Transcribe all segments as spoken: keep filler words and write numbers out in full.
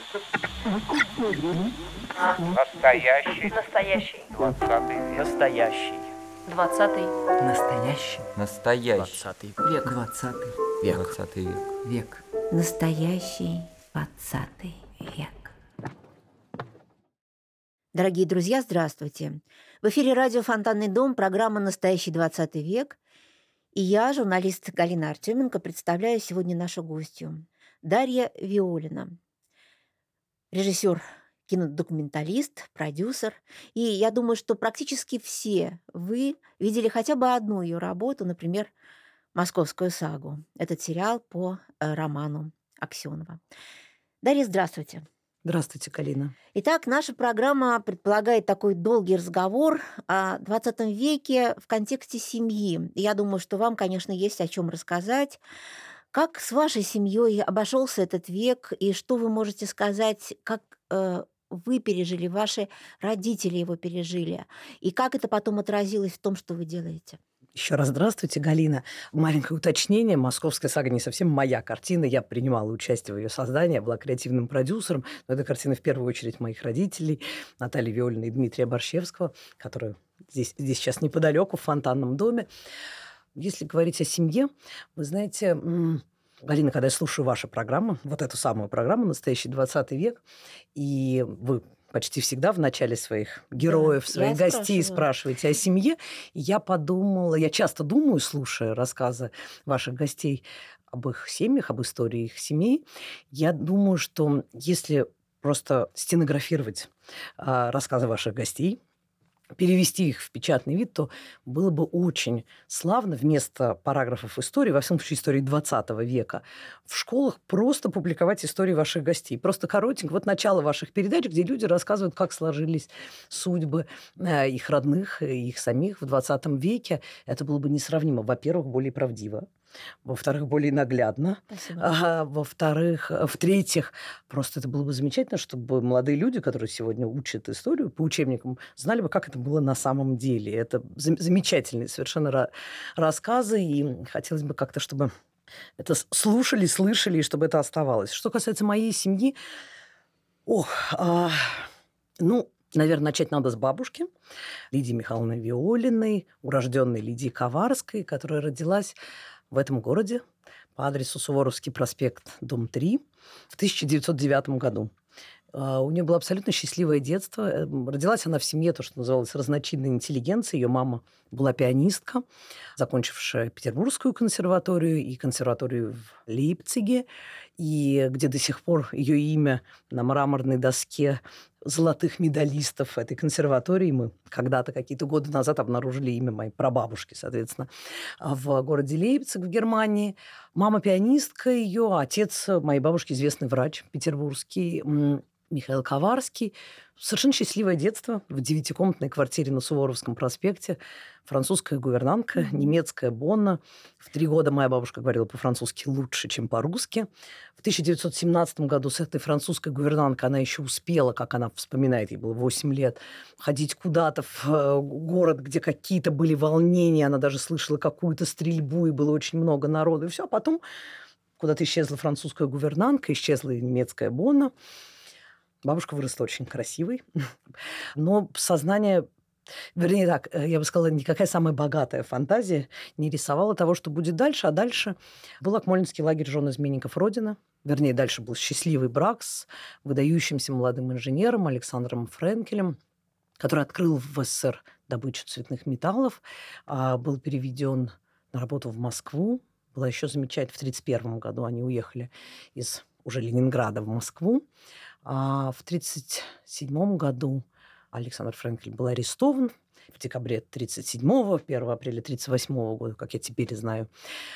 Настоящий. Настоящий. Двадцатый век. Настоящий. Двадцатый. Настоящий. Настоящий. Двадцатый век. Двадцатый Век. Двадцатый век. Век. Настоящий двадцатый век. Дорогие друзья, здравствуйте. В эфире радио «Фонтанный дом», программа «Настоящий двадцатый век». И я, журналист Галина Артеменко, представляю сегодня нашу гостью Дарья Виолина, режиссер, кинодокументалист, продюсер. И я думаю, что практически все вы видели хотя бы одну ее работу, например, «Московскую сагу». Этот сериал по э, роману Аксенова. Дарья, здравствуйте. Здравствуйте, Галина. Итак, наша программа предполагает такой долгий разговор о двадцатом веке в контексте семьи. Я думаю, что вам, конечно, есть о чем рассказать. Как с вашей семьей обошелся этот век, и что вы можете сказать, как э, вы пережили, ваши родители его пережили, и как это потом отразилось в том, что вы делаете? Еще раз здравствуйте, Галина. Маленькое уточнение. «Московская сага» не совсем моя картина. Я принимала участие в ее создании, я была креативным продюсером. Но это картина в первую очередь моих родителей, Натальи Виолиной и Дмитрия Борщевского, которые здесь, здесь сейчас неподалеку, в Фонтанном доме. Если говорить о семье, вы знаете, Галина, когда я слушаю вашу программу, вот эту самую программу «Настоящий двадцатый век», и вы почти всегда в начале своих героев, Да, своих я гостей спрашиваю. спрашиваете о семье. И я подумала, я часто думаю, слушая рассказы ваших гостей об их семьях, об истории их семей, я думаю, что если просто стенографировать а, рассказы ваших гостей, перевести их в печатный вид, то было бы очень славно вместо параграфов истории, во всяком случае истории двадцатого века, в школах просто публиковать истории ваших гостей. Просто коротенько. Вот начало ваших передач, где люди рассказывают, как сложились судьбы э, их родных, их самих в двадцатом веке. Это было бы несравнимо. Во-первых, более правдиво. Во-вторых, более наглядно. Спасибо. А, во-вторых, в-третьих, просто это было бы замечательно, чтобы молодые люди, которые сегодня учат историю по учебникам, знали бы, как это было на самом деле. Это зам- замечательные совершенно ра- рассказы, и хотелось бы как-то, чтобы это с- слушали, слышали, и чтобы это оставалось. Что касается моей семьи, ох, а, ну, наверное, начать надо с бабушки, Лидии Михайловны Виолиной, урожденной Лидии Коварской, которая родилась в этом городе по адресу Суворовский проспект, дом три, в тысяча девятьсот девятом году. А, У нее было абсолютно счастливое детство. Э, Родилась она в семье, то, что называлось, разночинной интеллигенции. Ее мама была пианистка, закончившая Петербургскую консерваторию и консерваторию в Лейпциге, и где до сих пор ее имя на мраморной доске золотых медалистов этой консерватории. Мы когда-то, какие-то годы назад, обнаружили имя моей прабабушки, соответственно, в городе Лейпциг в Германии. Мама пианистка ее, а отец моей бабушки известный врач петербургский, м, Михаил Коварский. Совершенно счастливое детство в девятикомнатной квартире на Суворовском проспекте. Французская гувернантка, немецкая Бонна. В три года моя бабушка говорила по-французски лучше, чем по-русски. В тысяча девятьсот семнадцатом году с этой французской гувернанткой она еще успела, как она вспоминает, ей было восемь лет, ходить куда-то в э, город, где какие-то были волнения. Она даже слышала какую-то стрельбу, и было очень много народу. И все. А потом куда-то исчезла французская гувернантка, исчезла и немецкая Бонна. Бабушка выросла очень красивой, но сознание, вернее так, э, я бы сказала, никакая самая богатая фантазия не рисовала того, что будет дальше. А дальше был Акмолинский лагерь жен изменников Родины. Вернее, дальше был счастливый брак с выдающимся молодым инженером Александром Френкелем, который открыл в СССР добычу цветных металлов, а, был переведен на работу в Москву. Было еще замечательно, в тридцать первом году они уехали из уже Ленинграда в Москву. А в тридцать седьмом году Александр Френкель был арестован. В декабре тридцать седьмого, первого апреля тридцать восьмого года, как я теперь знаю,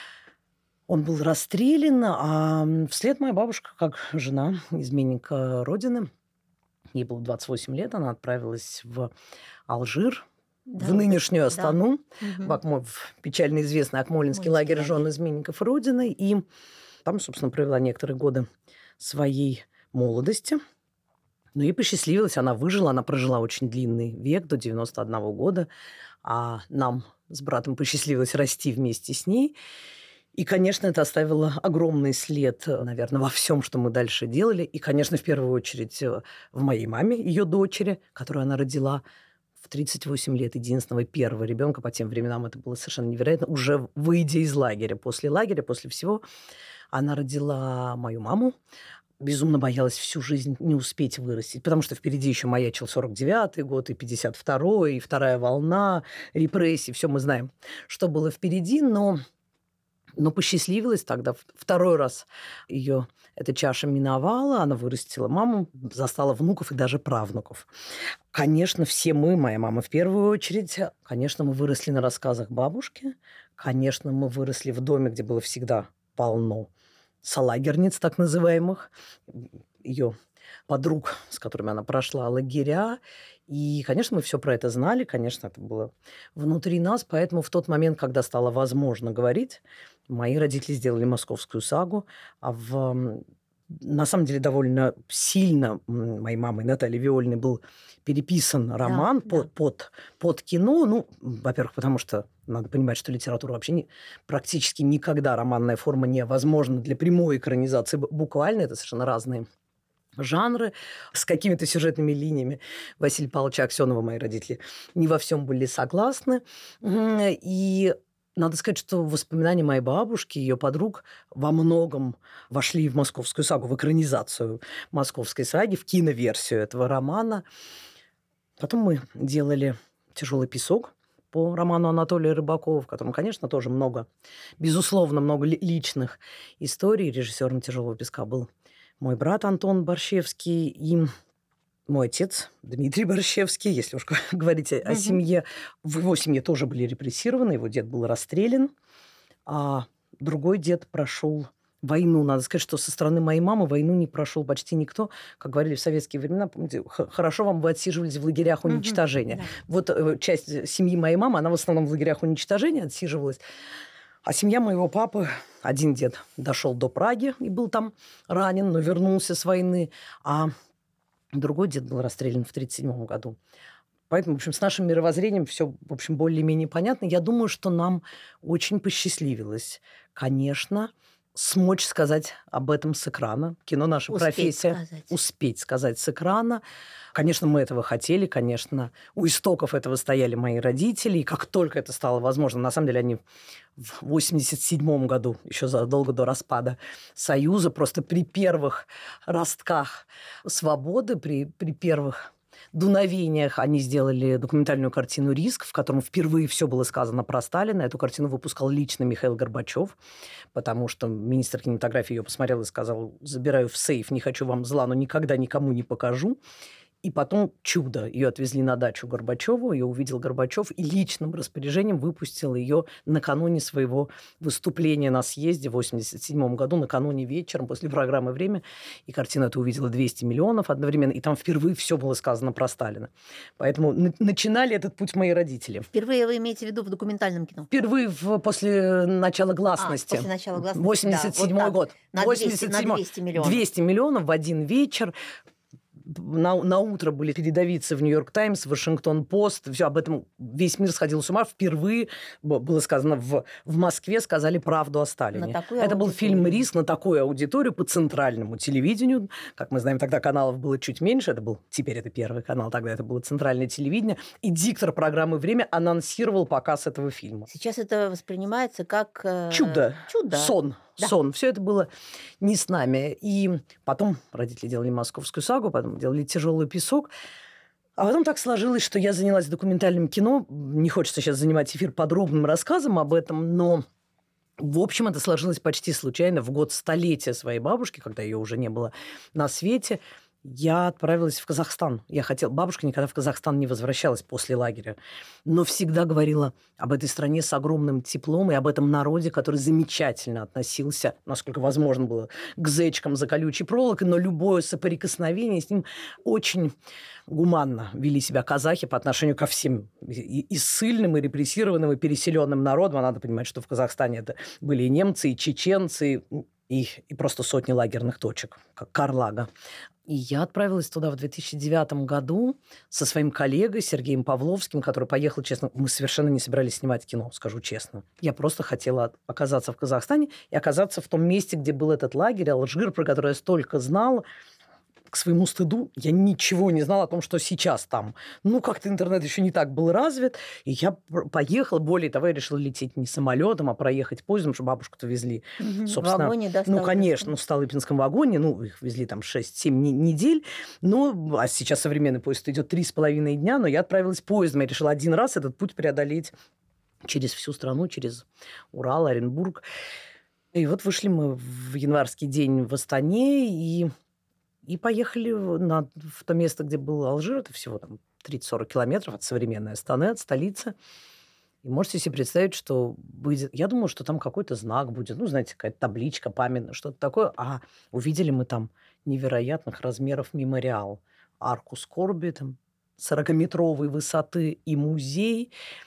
он был расстрелян. А вслед моя бабушка, как жена изменника Родины, ей было двадцать восемь лет, она отправилась в Алжир, Да, в вот нынешнюю это- да. Астану, Мгм. в, Акмо- в печально известный Акмолинский Акмолинский лагерь лагерь. жен изменников Родины. И там, собственно, провела некоторые годы своей молодости. Но ей посчастливилось, она выжила, она прожила очень длинный век, до девяносто одного года, а нам с братом посчастливилось расти вместе с ней. И, конечно, это оставило огромный след, наверное, во всем, что мы дальше делали. И, конечно, в первую очередь в моей маме, ее дочери, которую она родила в тридцать восемь лет, единственного и первого ребенка. По тем временам это было совершенно невероятно. Уже выйдя из лагеря, после лагеря, после всего, она родила мою маму. Безумно боялась всю жизнь не успеть вырастить, потому что впереди еще маячил сорок девятый год, и пятьдесят второй, и вторая волна репрессий. Все мы знаем, что было впереди, но, но посчастливилась тогда. Второй раз ее эта чаша миновала, она вырастила маму, застала внуков и даже правнуков. Конечно, все мы, моя мама в первую очередь, конечно, мы выросли на рассказах бабушки, конечно, мы выросли в доме, где было всегда полно салагерниц, так называемых, ее подруг, с которыми она прошла лагеря. И, конечно, мы все про это знали, конечно, это было внутри нас, поэтому в тот момент, когда стало возможно говорить, мои родители сделали «Московскую сагу», а в... на самом деле довольно сильно моей мамой Натальей Виольной был переписан роман Да, под, да. под, под кино. Ну, во-первых, потому что надо понимать, что литература вообще не, практически никогда романная форма невозможна для прямой экранизации буквально. Это совершенно разные жанры с какими-то сюжетными линиями. Василия Павловича Аксенова мои родители не во всем были согласны. И надо сказать, что воспоминания моей бабушки, ее подруг во многом вошли в «Московскую сагу», в экранизацию «Московской саги», в киноверсию этого романа. Потом мы делали «Тяжелый песок» по роману Анатолия Рыбакова, в котором, конечно, тоже много, безусловно, много личных историй. Режиссером «Тяжелого песка» был мой брат Антон Борщевский и мой отец Дмитрий Борщевский, если уж говорить о, о Мгм. семье. В его семье тоже были репрессированы, его дед был расстрелян, а другой дед прошел войну. Надо сказать, что со стороны моей мамы войну не прошел почти никто. Как говорили в советские времена, помните, х- хорошо вам вы отсиживались в лагерях Мгм. уничтожения. Да. Вот э, часть семьи моей мамы, она в основном в лагерях уничтожения отсиживалась. А семья моего папы, один дед дошел до Праги и был там ранен, но вернулся с войны, а другой дед был расстрелян в тридцать седьмом году. Поэтому, в общем, с нашим мировоззрением все, в общем, более-менее понятно. Я думаю, что нам очень посчастливилось, конечно, смочь сказать об этом с экрана. Кино — наша Успеть профессия. сказать. Успеть сказать с экрана. Конечно, мы этого хотели, конечно. У истоков этого стояли мои родители. И как только это стало возможно, на самом деле они в восемьдесят седьмом году, еще задолго до распада Союза, просто при первых ростках свободы, при, при первых дуновениях они сделали документальную картину «Риск», в котором впервые все было сказано про Сталина. Эту картину выпускал лично Михаил Горбачев, потому что министр кинематографии ее посмотрел и сказал: забираю в сейф, не хочу вам зла, но никогда никому не покажу. И потом чудо. Ее отвезли на дачу Горбачеву, ее увидел Горбачев и личным распоряжением выпустил ее накануне своего выступления на съезде в восемьдесят седьмом году, накануне вечером после программы «Время». И картина эту увидела двести миллионов одновременно. И там впервые все было сказано про Сталина. Поэтому на- начинали этот путь мои родители. Впервые вы имеете в виду в документальном кино? Впервые в- после начала гласности. А, после начала гласности, восемьдесят седьмой да, вот год. так. На двести, на восемьдесят седьмой. двести миллионов. двести миллионов в один вечер. На, на утро были передовицы в «Нью-Йорк Таймс», в «Вашингтон-Пост». Все об этом весь мир сходил с ума. Впервые б- было сказано в, в Москве, сказали правду о Сталине. На такую Это был аудиторию. фильм «Риск» на такую аудиторию по центральному телевидению. Как мы знаем, тогда каналов было чуть меньше. Это был, теперь это Первый канал, тогда это было центральное телевидение. И диктор программы «Время» анонсировал показ этого фильма. Сейчас это воспринимается как... э, Чудо. Чудо. Сон. Да. Сон. Все это было не с нами. И потом родители делали «Московскую сагу», потом делали «Тяжелый песок». А потом так сложилось, что я занялась документальным кино. Не хочется сейчас занимать эфир подробным рассказом об этом, но в общем это сложилось почти случайно. В год столетия своей бабушки, когда ее уже не было на свете, я отправилась в Казахстан. Я хотела... Бабушка никогда в Казахстан не возвращалась после лагеря, но всегда говорила об этой стране с огромным теплом и об этом народе, который замечательно относился, насколько возможно было, к зечкам за колючей проволокой, но любое соприкосновение с ним очень гуманно вели себя казахи по отношению ко всем и, и ссыльным, и репрессированным, и переселенным народам. А надо понимать, что в Казахстане это были и немцы, и чеченцы, и, и просто сотни лагерных точек, как Кар-Лаго. И я отправилась туда в две тысячи девятом году со своим коллегой Сергеем Павловским, который поехал, честно, мы совершенно не собирались снимать кино, скажу честно. Я просто хотела оказаться в Казахстане и оказаться в том месте, где был этот лагерь, Алжир, про который я столько знала. К своему стыду я ничего не знала о том, что сейчас там. Ну, как-то интернет еще не так был развит. И я поехала. Более того, я решила лететь не самолетом, а проехать поездом, чтобы бабушку-то везли. Мгм. В Собственно, вагоне до ну, Столыпинского. конечно, ну, в Столыпинском вагоне. Ну, их везли там шесть-семь недель. Ну, а сейчас современный поезд идет три с половиной дня. Но я отправилась поездом. Я решила один раз этот путь преодолеть через всю страну, через Урал, Оренбург. И вот вышли мы в январский день в Астане, и... И поехали на, в то место, где был Алжир. Это всего там тридцать-сорок километров от современной Астаны, от столицы. И можете себе представить, что будет... Я думала, что там какой-то знак будет. Ну, знаете, какая-то табличка памятная, что-то такое. А увидели мы там невероятных размеров мемориал. Арку скорби, там, сорокаметровой высоты и музей.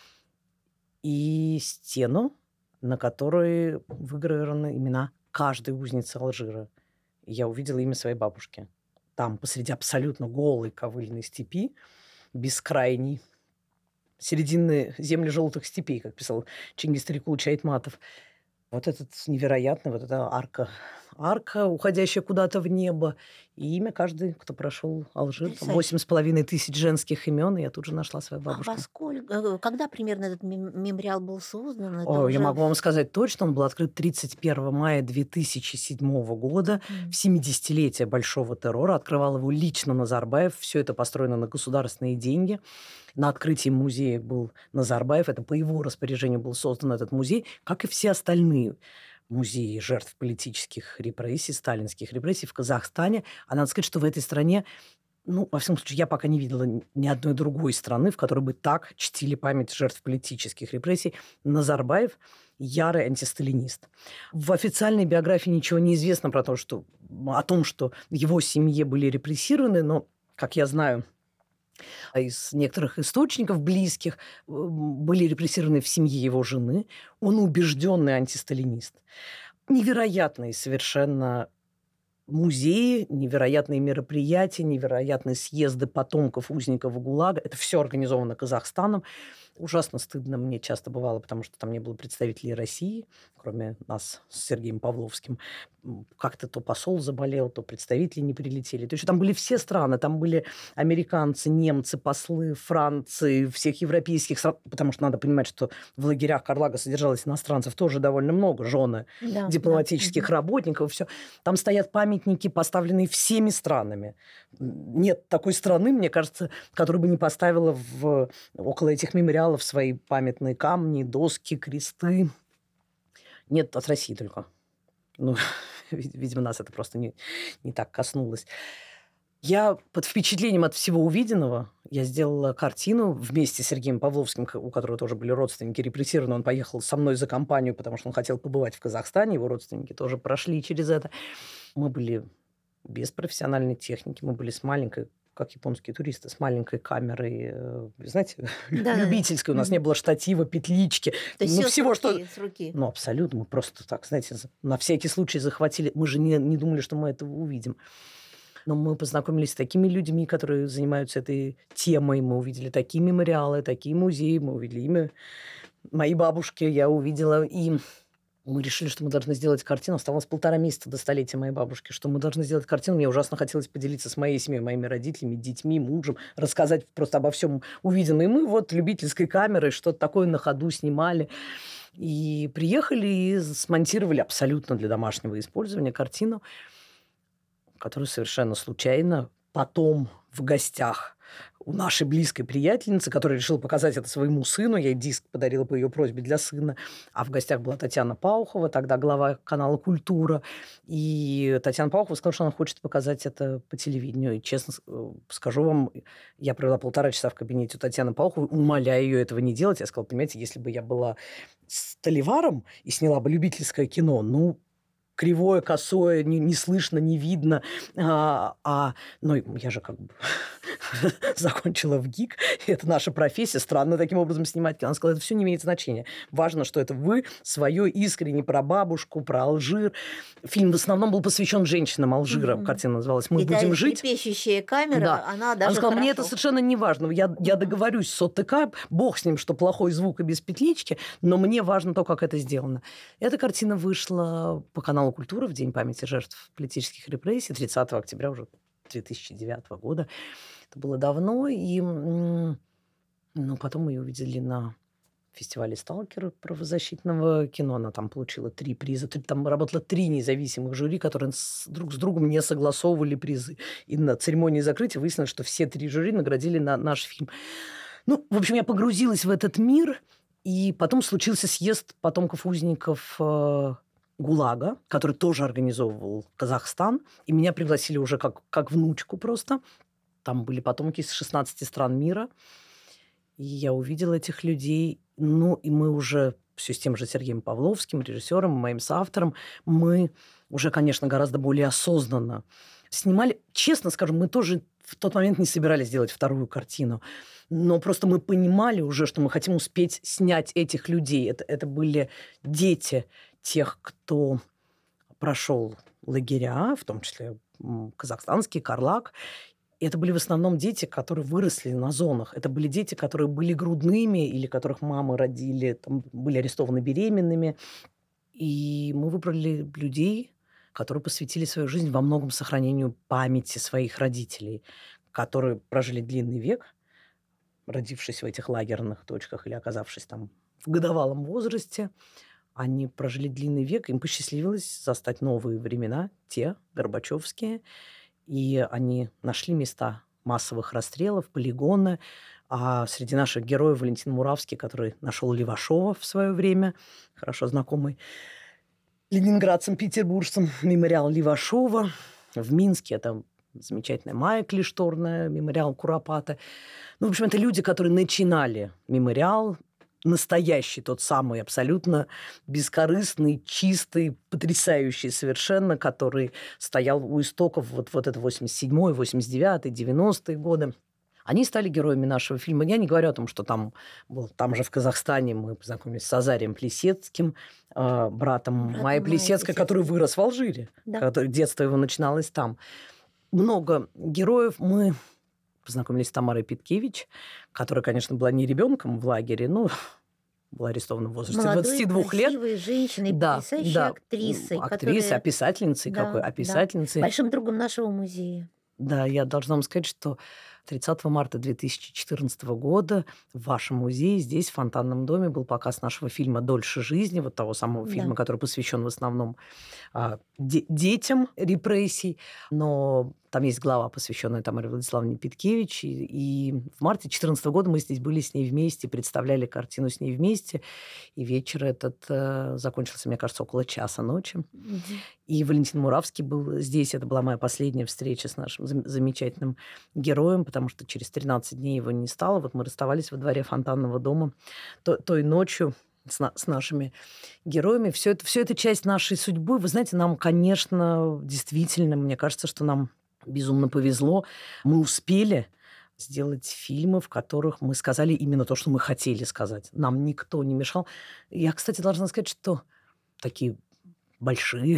И стену, на которой выгравированы имена каждой узницы Алжира. И я увидела имя своей бабушки. Там, посреди абсолютно голой ковыльной степи, бескрайней, середины земли желтых степей, как писал Чингис Рикулович Айтматов. Вот этот невероятный, вот эта арка, арка, уходящая куда-то в небо. И имя каждый, кто прошел Алжир. Там восемь с половиной тысяч женских имен, и я тут же нашла свою А бабушку. во сколько, когда примерно этот мем- мемориал был создан? Это О, я уже могу вам в- сказать точно, он был открыт тридцать первого мая две тысячи седьмого года, М. в семидесятилетие Большого террора. Открывал его лично Назарбаев. Все это построено на государственные деньги. На открытии музея был Назарбаев. Это по его распоряжению был создан этот музей, как и все остальные музеи жертв политических репрессий, сталинских репрессий в Казахстане. А надо сказать, что в этой стране, ну, во всяком случае, я пока не видела ни ни одной другой страны, в которой бы так чтили память жертв политических репрессий. Назарбаев – ярый антисталинист. В официальной биографии ничего не известно про то, что, о том, что в его семье были репрессированы, но, как я знаю, из некоторых источников близких, э, были репрессированы в семье его жены. Он убежденный антисталинист. Невероятные совершенно музеи, невероятные мероприятия, невероятные съезды потомков узников ГУЛАГа. Это все организовано Казахстаном. Ужасно стыдно мне часто бывало, потому что там не было представителей России, кроме нас с Сергеем Павловским. М, Как-то то посол заболел, то представители не прилетели. То есть там были все страны. Там были американцы, немцы, послы Франции, всех европейских стран. Потому что надо понимать, что в лагерях Кар-Лаго содержалось иностранцев тоже довольно много. Жены Да, да. дипломатических Мгм. работников. Все. Там стоят памятники, поставленные всеми странами. Нет такой страны, мне кажется, которая бы не поставила в, около этих мемориалов свои памятные камни, доски, кресты. Нет, от России только. Ну, вид- видимо, нас это просто не, не так коснулось. Я под впечатлением от всего увиденного, я сделала картину вместе с Сергеем Павловским, к- у которого тоже были родственники репрессированы. Он поехал со мной за компанию, потому что он хотел побывать в Казахстане. Его родственники тоже прошли через это. Мы были без профессиональной техники, мы были с маленькой, как японские туристы, с маленькой камерой, э, знаете, Да-да-да. любительской. У нас не Мгм. было штатива, петлички, То есть ну, все с всего, что... руки, с руки. Ну, абсолютно. Мы просто так, знаете, за- на всякий случай захватили. Мы же не, не думали, что мы это увидим. Но мы познакомились с такими людьми, которые занимаются этой темой. Мы увидели такие мемориалы, такие музеи. Мы увидели имя моей бабушки. Я увидела. И мы решили, что мы должны сделать картину. Оставалось полтора месяца до столетия моей бабушки. Что мы должны сделать картину. Мне ужасно хотелось поделиться с моей семьей, моими родителями, детьми, мужем. Рассказать просто обо всем увиденном. И мы вот любительской камерой что-то такое на ходу снимали. И приехали и смонтировали абсолютно для домашнего использования картину, которую совершенно случайно потом в гостях у нашей близкой приятельницы, которая решила показать это своему сыну. Я ей диск подарила по ее просьбе для сына. А в гостях была Татьяна Паухова, тогда глава канала «Культура». И Татьяна Паухова сказала, что она хочет показать это по телевидению. И честно с- э, скажу вам, я провела полтора часа в кабинете у Татьяны Пауховой, умоляя ее этого не делать. Я сказала, понимаете, если бы я была Столиваром и сняла бы любительское кино, ну, кривое, косое, не, не слышно, не видно. А, а, ну, я же как бы закончила в ГИК, и это наша профессия, странно таким образом снимать кино. Она сказала, это все не имеет значения. Важно, что это вы свое искренне про бабушку, про Алжир. Фильм в основном был посвящен женщинам Алжира. Мгм. Картина называлась «Мы И та будем жить». трепещущая камера, Да. она даже Она сказала, мне это хорошо. совершенно не важно. Я, я Мгм. договорюсь с ОТК, бог с ним, что плохой звук и без петлички, но мне важно то, как это сделано. Эта картина вышла по каналу «Культура» в День памяти жертв политических репрессий тридцатого октября уже две тысячи девятого года. Это было давно, и м, ну, потом мы ее увидели на фестивале «Сталкер» правозащитного кино. Она там получила три приза. Три- Там работало три независимых жюри, которые с- друг с другом не согласовывали призы. И на церемонии закрытия выяснилось, что все три жюри наградили на наш фильм. Ну, в общем, я погрузилась в этот мир, и потом случился съезд потомков узников э, ГУЛАГа, который тоже организовывал Казахстан. И меня пригласили уже как, как внучку просто. Там были потомки из шестнадцати стран мира. И я увидела этих людей. Ну, и мы уже все с тем же Сергеем Павловским, режиссером, моим соавтором, мы уже, конечно, гораздо более осознанно снимали. Честно скажу, мы тоже в тот момент не собирались делать вторую картину. Но просто мы понимали уже, что мы хотим успеть снять этих людей. Это, это были дети тех, кто прошел лагеря, в том числе м, казахстанский, Карлаг. И это были в основном дети, которые выросли на зонах. Это были дети, которые были грудными или которых мамы родили, там, были арестованы беременными. И мы выбрали людей, которые посвятили свою жизнь во многом сохранению памяти своих родителей, которые прожили длинный век, родившись в этих лагерных точках или оказавшись там в годовалом возрасте. Они прожили длинный век, им посчастливилось застать новые времена, те, горбачевские. И они нашли места массовых расстрелов, полигоны. А среди наших героев Валентин Муравский, который нашел Левашова в свое время, хорошо знакомый ленинградцам, петербуржцам, мемориал Левашова. В Минске это замечательная Майя Клишторная, мемориал Куропата. Ну, в общем, это люди, которые начинали мемориал, настоящий, тот самый, абсолютно бескорыстный, чистый, потрясающий совершенно, который стоял у истоков вот, вот это восемьдесят седьмой, восемьдесят девятый, девяностые годы. Они стали героями нашего фильма. Я не говорю о том, что там был, там же в Казахстане мы познакомились с Азарием Плесецким, э, братом Братом Майи Майи Плесецкой, который Плесецкой. вырос в Алжире. Да. Который, детство его начиналось там. Много героев. Мы познакомились с Тамарой Питкевич, которая, конечно, была не ребенком в лагере, но была арестована в возрасте Молодой, двадцати двух лет. красивой женщиной, Да, потрясающей да. актрисой, Актрисой, которая... описательницей Да, какой, да. описательницей. Большим другом нашего музея. Да, я должна вам сказать, что тридцатого марта две тысячи четырнадцатого года в вашем музее, здесь, в Фонтанном доме, был показ нашего фильма «Дольше жизни», вот того самого Да. фильма, который посвящен в основном а, де- детям репрессий. Но там есть глава, посвященная Тамаре Владиславовне Питкевич. И, и в марте две тысячи четырнадцатого года мы здесь были с ней вместе, представляли картину с ней вместе. И вечер этот э, закончился, мне кажется, около часа ночи. Мгм. И Валентин Муравский был здесь. Это была моя последняя встреча с нашим зам- замечательным героем, потому что через тринадцать дней его не стало. Вот мы расставались во дворе Фонтанного дома то- той ночью с, на- с нашими героями. Все это, все это часть нашей судьбы. Вы знаете, нам, конечно, действительно, мне кажется, что нам безумно повезло. Мы успели сделать фильмы, в которых мы сказали именно то, что мы хотели сказать. Нам никто не мешал. Я, кстати, должна сказать, что такие большие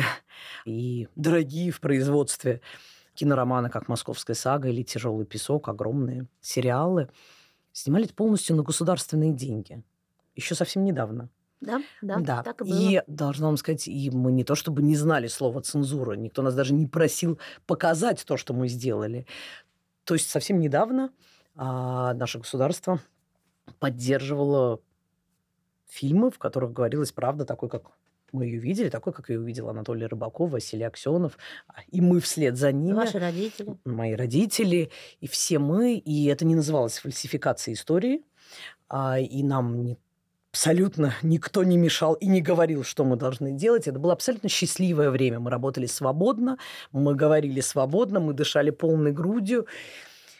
и дорогие в производстве кинороманы, как «Московская сага» или «Тяжелый песок», огромные сериалы, снимались полностью на государственные деньги. Еще совсем недавно. Да, да, Да. так и было. И, должна вам сказать, и мы не то чтобы не знали слова «цензура», никто нас даже не просил показать то, что мы сделали. То есть совсем недавно а, наше государство поддерживало фильмы, в которых говорилась правда такой, как мы ее видели, такой, как ее увидел Анатолий Рыбаков, Василий Аксенов, а, и мы вслед за ними, Ваши родители. мои родители, и все мы, и это не называлось фальсификацией истории, а, и нам не, абсолютно никто не мешал и не говорил, что мы должны делать. Это было абсолютно счастливое время. Мы работали свободно, мы говорили свободно, мы дышали полной грудью.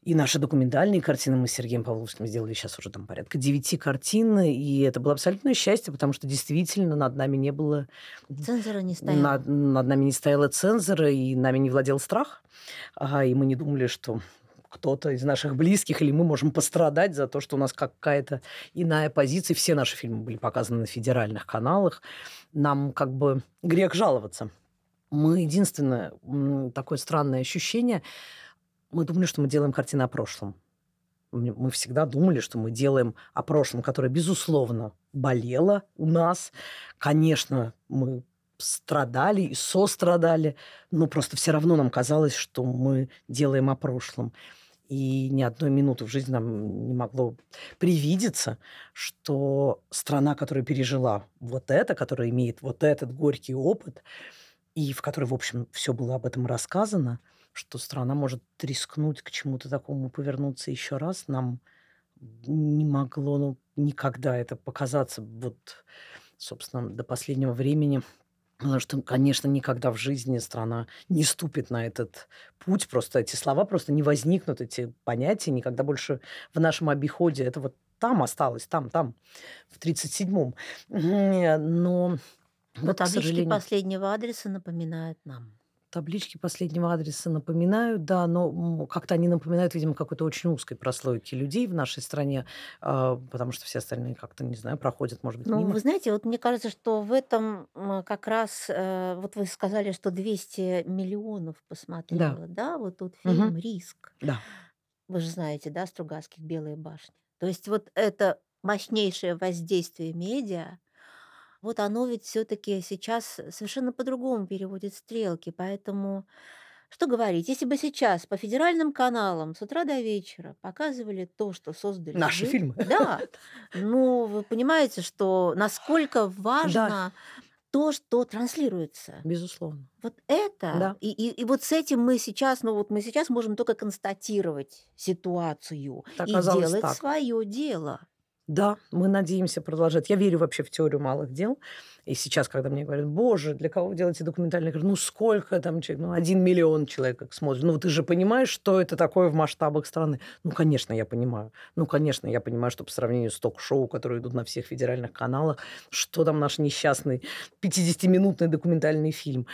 И наши документальные картины мы с Сергеем Павловским сделали сейчас уже там порядка девяти картин. И это было абсолютное счастье, потому что действительно над нами не было... Цензора не стояла. Над, над нами не стояла цензора, и нами не владел страх. А, и мы не думали, что кто-то из наших близких или мы можем пострадать за то, что у нас какая-то иная позиция. Все наши фильмы были показаны на федеральных каналах. Нам как бы грех жаловаться. Мы единственное, такое странное ощущение, мы думали, что мы делаем картины о прошлом. Мы всегда думали, что мы делаем о прошлом, которое, безусловно, болело у нас. Конечно, мы страдали и сострадали, но просто все равно нам казалось, что мы делаем о прошлом. И ни одной минуты в жизни нам не могло привидеться, что страна, которая пережила вот это, которая имеет вот этот горький опыт, и в которой, в общем, все было об этом рассказано, что страна может рискнуть к чему-то такому, повернуться еще раз, нам не могло ну, никогда это показаться вот, собственно, до последнего времени. Потому что, конечно, никогда в жизни страна не ступит на этот путь. Просто эти слова просто не возникнут, эти понятия никогда больше в нашем обиходе. Это вот там осталось, там, там, в тридцать седьмом. Но... Но Вот, к таблички сожалению, последнего адреса напоминают нам. таблички последнего адреса напоминают, да, но м, как-то они напоминают, видимо, какой-то очень узкой прослойки людей в нашей стране, а, потому что все остальные как-то, не знаю, проходят, может быть, Ну, мимо. вы знаете, вот мне кажется, что в этом м, как раз, э, вот вы сказали, что двести миллионов Да. посмотрело, да, вот тут Мгм. фильм «Риск». Да. Вы же знаете, да, Стругацких «Белые башни». То есть вот это мощнейшее воздействие медиа, вот оно ведь все-таки сейчас совершенно по-другому переводит стрелки. Поэтому, что говорить, если бы сейчас по федеральным каналам с утра до вечера показывали то, что создали Наши вы, фильмы. да, ну, вы понимаете, что насколько Да, важно то, что транслируется. безусловно. Вот это, Да. и, и, и вот с этим мы сейчас, ну вот мы сейчас можем только констатировать ситуацию Это и оказалось делать так. свое дело. Да, мы надеемся продолжать. Я верю вообще в теорию малых дел. И сейчас, когда мне говорят, боже, для кого вы делаете документальный? Я говорю, ну сколько там человек? Ну, один миллион человек как смотрит. Ну, ты же понимаешь, что это такое в масштабах страны? Ну, конечно, я понимаю. Ну, конечно, я понимаю, что по сравнению с ток-шоу, которые идут на всех федеральных каналах, что там наш несчастный пятидесятиминутный документальный фильм.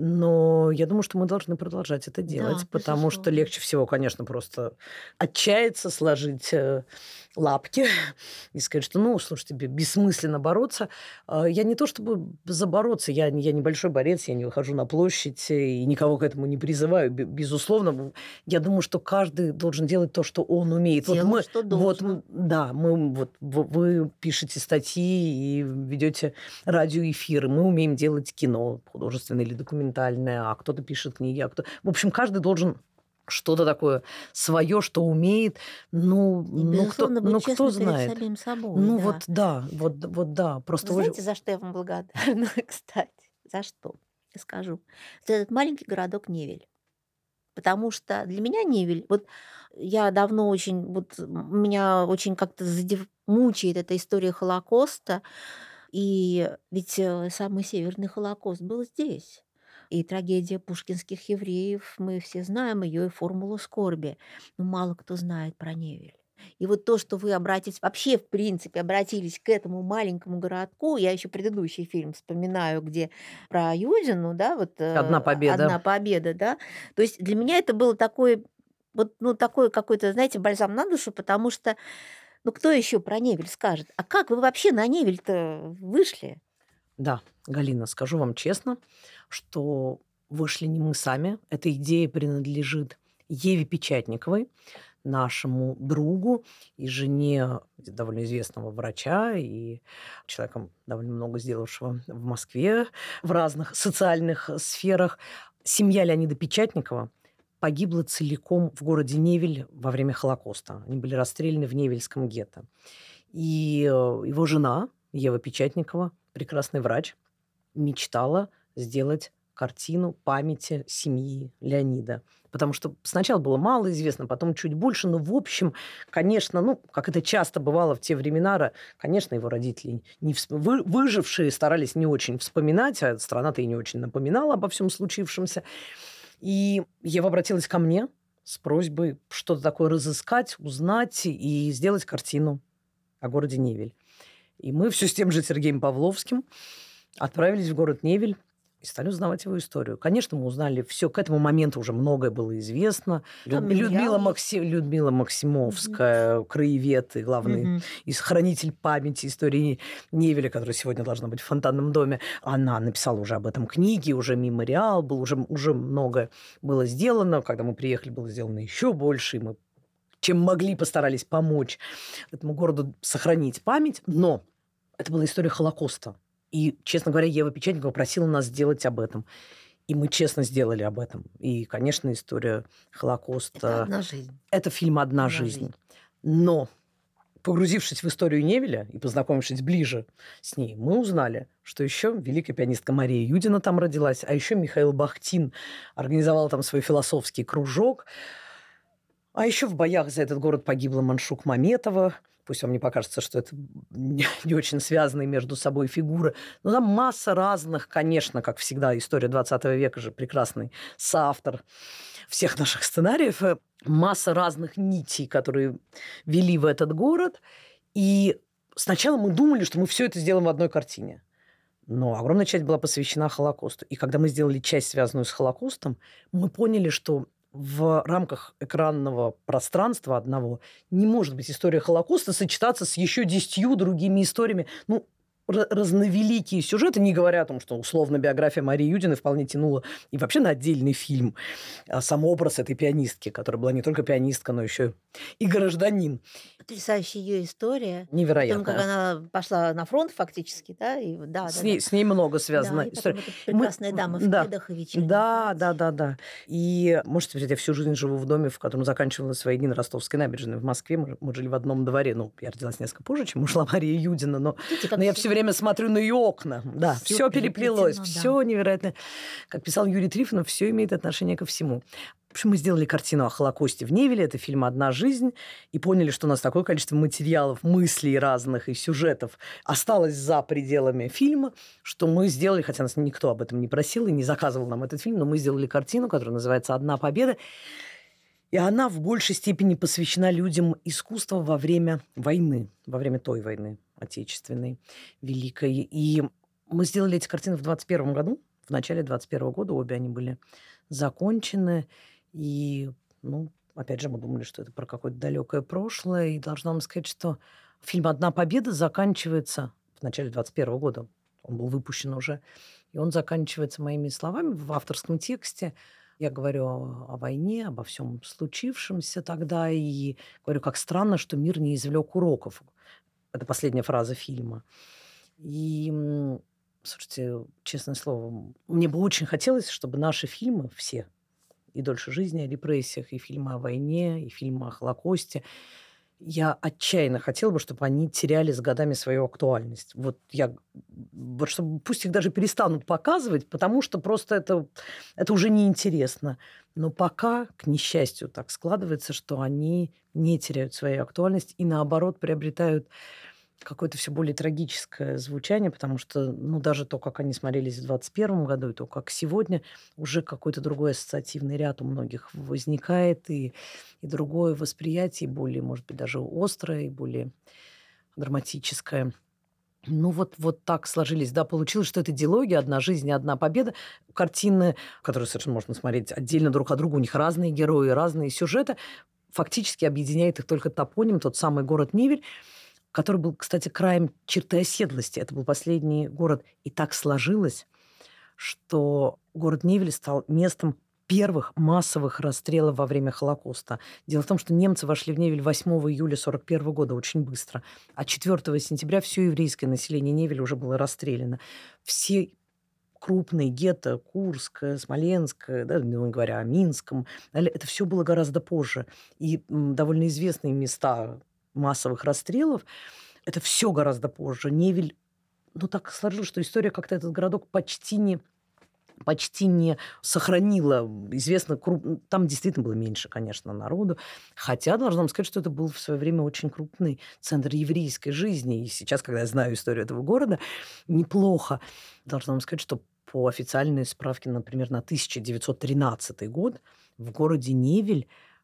Но я думаю, что мы должны продолжать это делать, Да, потому что безусловно. легче всего, конечно, просто отчаяться, сложить э, лапки и сказать, что, ну, слушайте, бе- бессмысленно бороться. А, Я не то чтобы за бороться, я, не- я небольшой борец, я не выхожу на площадь э, и никого к этому не призываю. Бе- Безусловно, м, я думаю, что каждый должен делать то, что он умеет. Вот Делать, мы, что вот, должно. м, да, мы, вот, в- вы пишете статьи и ведете радиоэфиры, мы умеем делать кино, художественное или документальное, а кто-то пишет книги, а кто... В общем, каждый должен что-то такое свое, что умеет. Ну, И, ну, кто, безусловно, ну быть кто честным перед знает? самим собой, Ну да. вот да, вот, вот да. Вы Просто вы же... знаете, за что я вам благодарна, кстати? За что? Я скажу. За этот маленький городок Невель. Потому что для меня Невель, вот я давно очень, вот м, меня очень как-то задев- мучает эта история Холокоста, и ведь э, самый северный Холокост был здесь. И трагедия пушкинских евреев, мы все знаем ее, и формулу скорби. Но мало кто знает про Невель. И вот то, что вы обратились, вообще, в принципе, обратились к этому маленькому городку, я еще предыдущий фильм вспоминаю, где про Юдину, да, вот Одна э, победа. «Одна победа», да, то есть для меня это было такое, вот, ну, такой какой-то, знаете, бальзам на душу, потому что, ну, кто еще про Невель скажет? А как вы вообще на Невель-то вышли? Да, Галина, скажу вам честно, что вышли не мы сами. Эта идея принадлежит Еве Печатниковой, нашему другу и жене довольно известного врача и человеком, довольно много сделавшего в Москве в разных социальных сферах. Семья Леонида Печатникова погибла целиком в городе Невель во время Холокоста. Они были расстреляны в Невельском гетто. И э, его жена, Ева Печатникова, прекрасный врач, мечтала сделать картину памяти семьи Леонида. Потому что сначала было мало известно, потом чуть больше, но в общем, конечно, ну, как это часто бывало в те времена, ра- конечно, его родители, не всп- вы- выжившие, старались не очень вспоминать, а страна-то и не очень напоминала обо всем случившемся. И Ева обратилась ко мне с просьбой что-то такое разыскать, узнать и сделать картину о городе Невель. И мы все с тем же Сергеем Павловским отправились в город Невель и стали узнавать его историю. Конечно, мы узнали все. К этому моменту уже многое было известно. Там Люд- Людмила, мемориал есть. Макси... Людмила Максимовская, краевед и главный Мгм. и хранитель памяти истории Невеля, которая сегодня должна быть в Фонтанном доме, она написала уже об этом книги, уже мемориал был, уже, уже много было сделано. Когда мы приехали, было сделано еще больше, и мы чем могли постарались помочь этому городу сохранить память. Но это была история Холокоста. И, честно говоря, Ева Печатникова просила нас сделать об этом. И мы честно сделали об этом. И, конечно, история Это Холокоста... одна жизнь. Это фильм «Одна, Одна жизнь». жизнь. Но, погрузившись в историю Невеля и познакомившись ближе с ней, мы узнали, что еще великая пианистка Мария Юдина там родилась, а еще Михаил Бахтин организовал там свой философский кружок. А еще в боях за этот город погибла Маншук Маметова. Пусть вам не покажется, что это не не очень связанные между собой фигуры. Но там масса разных, конечно, как всегда, история двадцатого века же прекрасный соавтор всех наших сценариев. э, Масса разных нитей, которые вели в этот город. И сначала мы думали, что мы все это сделаем в одной картине. Но огромная часть была посвящена Холокосту. И когда мы сделали часть, связанную с Холокостом, мы поняли, что в рамках экранного пространства одного не может быть история Холокоста сочетаться с еще десятью другими историями. Ну, ра- разновеликие сюжеты, не говоря о том, что условно биография Марии Юдиной вполне тянула и вообще на отдельный фильм. А сам образ этой пианистки, которая была не только пианистка, но еще и гражданин. Потрясающая ее история. Потом, как Невероятно. она пошла на фронт фактически, да, и вот- да, С да, ней, да. с ней много связано. Да, и историй. потом эта Мы- прекрасная дама в да. кедах и вечернем Да, да, платье. да, да. И можете представить, я всю жизнь живу в доме, в котором заканчивала свои дни на Ростовской набережной в Москве. Мы, мы жили в одном дворе. Ну, я родилась несколько позже, чем ушла Мария Юдина, но, Видите, как но я всё все время смотрю на ее окна. Да, всё все переплелось, переплетено, да. все невероятно. Как писал Юрий Трифонов, все имеет отношение ко всему. В общем, мы сделали картину о Холокосте в Невеле. Это фильм «Одна жизнь». И поняли, что у нас такое количество материалов, мыслей разных и сюжетов осталось за пределами фильма, что мы сделали, хотя нас никто об этом не просил и не заказывал нам этот фильм, но мы сделали картину, которая называется «Одна победа». И она в большей степени посвящена людям искусства во время войны, во время той войны отечественной, великой. И мы сделали эти картины в двадцать первом году, в начале двадцать первого года обе они были закончены. И, ну, опять же, мы думали, что это про какое-то далекое прошлое. И должна вам сказать, что фильм «Одна победа» заканчивается в начале двадцать первого года. Он был выпущен уже. И он заканчивается моими словами в авторском тексте. Я говорю о, о войне, обо всем случившемся тогда. И говорю, как странно, что мир не извлек уроков. Это последняя фраза фильма. И, м, слушайте, честное слово, мне бы очень хотелось, чтобы наши фильмы все, и «Дольше жизни», о репрессиях, и фильмы о войне, и фильмы о Холокосте, я отчаянно хотела бы, чтобы они теряли с годами свою актуальность. Вот я, вот чтобы пусть их даже перестанут показывать, потому что просто это, это уже неинтересно. Но пока, к несчастью, так складывается, что они не теряют свою актуальность и, наоборот, приобретают какое-то все более трагическое звучание, потому что, ну, даже то, как они смотрелись в двадцать первом году, и то, как сегодня, уже какой-то другой ассоциативный ряд у многих возникает, и, и другое восприятие, более, может быть, даже острое, и более драматическое. Ну, вот, вот так сложились. Да, получилось, что это дилогия «Одна жизнь и одна победа». Картины, которые совершенно можно смотреть отдельно друг от друга, у них разные герои, разные сюжеты. Фактически объединяет их только топоним, тот самый город Невель, который был, кстати, краем черты оседлости. Это был последний город. И так сложилось, что город Невель стал местом первых массовых расстрелов во время Холокоста. Дело в том, что немцы вошли в Невель восьмого июля сорок первого года очень быстро, а четвёртого сентября все еврейское население Невеля уже было расстреляно. Все крупные гетто, Курск, Смоленск, да, не говоря о Минском, это все было гораздо позже. И м, довольно известные места массовых расстрелов, это все гораздо позже. Невель, ну так сложилось, что история как-то этот городок почти не почти не сохранила. Известно, круп... там действительно было меньше, конечно, народу. Хотя, должна вам сказать, что это был в свое время очень крупный центр еврейской жизни. И сейчас, когда я знаю историю этого города, неплохо. Должна вам сказать, что по официальной справке, например, на тысяча девятьсот тринадцатый год в городе Невель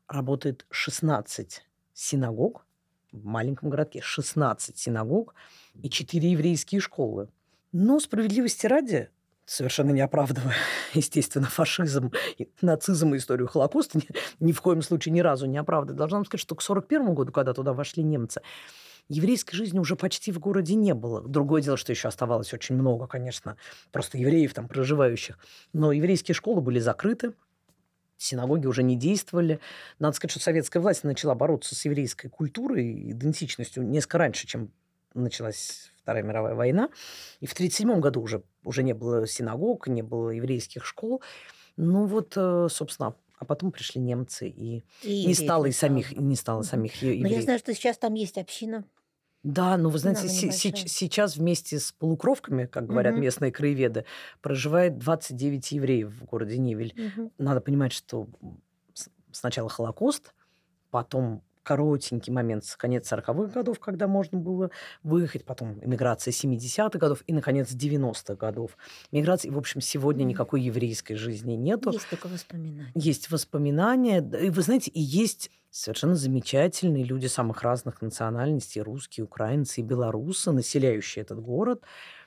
работает шестнадцать синагог в маленьком городке, шестнадцать синагог и четыре еврейские школы. Но справедливости ради, совершенно не оправдывая, естественно, фашизм, и нацизм и историю Холокоста, ни, ни в коем случае ни разу не оправдывая, должна вам сказать, что к сорок первому году, когда туда вошли немцы, еврейской жизни уже почти в городе не было. Другое дело, что еще оставалось очень много, конечно, просто евреев там проживающих. Но еврейские школы были закрыты, синагоги уже не действовали. Надо сказать, что советская власть начала бороться с еврейской культурой и идентичностью несколько раньше, чем началась Вторая мировая война. И в тысяча девятьсот тридцать седьмом году уже, уже не было синагог, не было еврейских школ. Ну вот, э, собственно, а потом пришли немцы, и И не евреев стало не и стало. самих, и не стало Мгм. самих е- Но я евреев. знаю, что сейчас там есть община. Да, но вы Да, знаете, она се- небольшая. сеч- сейчас вместе с полукровками, как говорят Мгм. местные краеведы, проживает двадцать девять евреев в городе Невель. Мгм. Надо понимать, что с- сначала Холокост, потом коротенький момент с конец сороковых годов, когда можно было выехать, потом эмиграция семидесятых годов и, наконец, девяностых годов. Миграции, в общем, сегодня Мгм. никакой еврейской жизни нету. Есть только воспоминания. Есть воспоминания, да, и вы знаете, и есть совершенно замечательные люди самых разных национальностей, русские, украинцы и белорусы, населяющие этот город,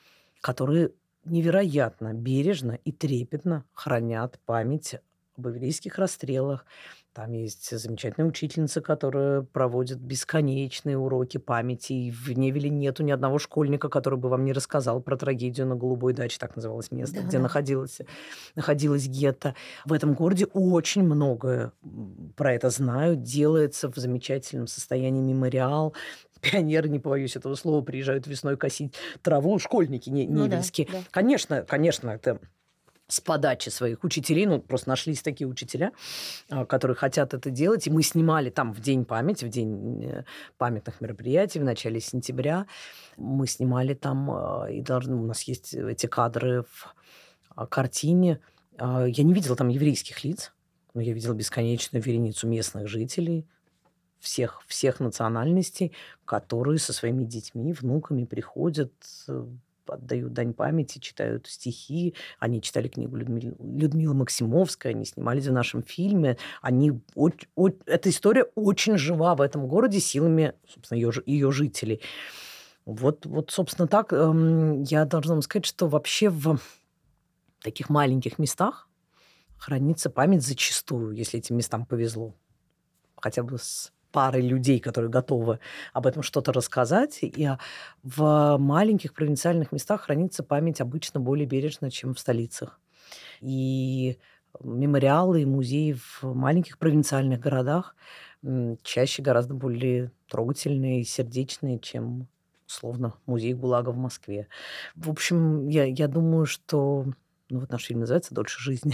которые невероятно бережно и трепетно хранят память об еврейских расстрелах. Там есть замечательная учительница, которая проводит бесконечные уроки памяти. И в Невеле нету ни одного школьника, который бы вам не рассказал про трагедию на Голубой даче, так называлось место, Да, где да. находилось, находилось гетто. В этом городе очень многое м, про это знают. Делается в замечательном состоянии мемориал. Пионеры, не побоюсь этого слова, приезжают весной косить траву. Школьники не, Ну да, невельские. да. Конечно, конечно, это с подачи своих учителей, ну, просто нашлись такие учителя, а, которые хотят это делать. И мы снимали там в День памяти, в День э, памятных мероприятий, в начале сентября. Мы снимали там, а, и должны, у нас есть эти кадры в а, картине. А, Я не видела там еврейских лиц, но я видела бесконечную вереницу местных жителей, всех, всех национальностей, которые со своими детьми, внуками приходят, э, отдают дань памяти, читают стихи. Они читали книгу Людмилы, Людмилы Максимовской, они снимались в нашем фильме. Они, оч- о- эта история очень жива в этом городе силами, собственно, ее, ж- ее жителей. Вот, вот, собственно, так эм, я должна вам сказать, что вообще в таких маленьких местах хранится память зачастую, если этим местам повезло, хотя бы с парой людей, которые готовы об этом что-то рассказать. И а, в маленьких провинциальных местах хранится память обычно более бережно, чем в столицах. И мемориалы и музеи в маленьких провинциальных городах м, чаще гораздо более трогательные и сердечные, чем, условно, музей ГУЛАГа в Москве. В общем, я, я думаю, что... Ну, вот наш фильм называется «Дольше жизни».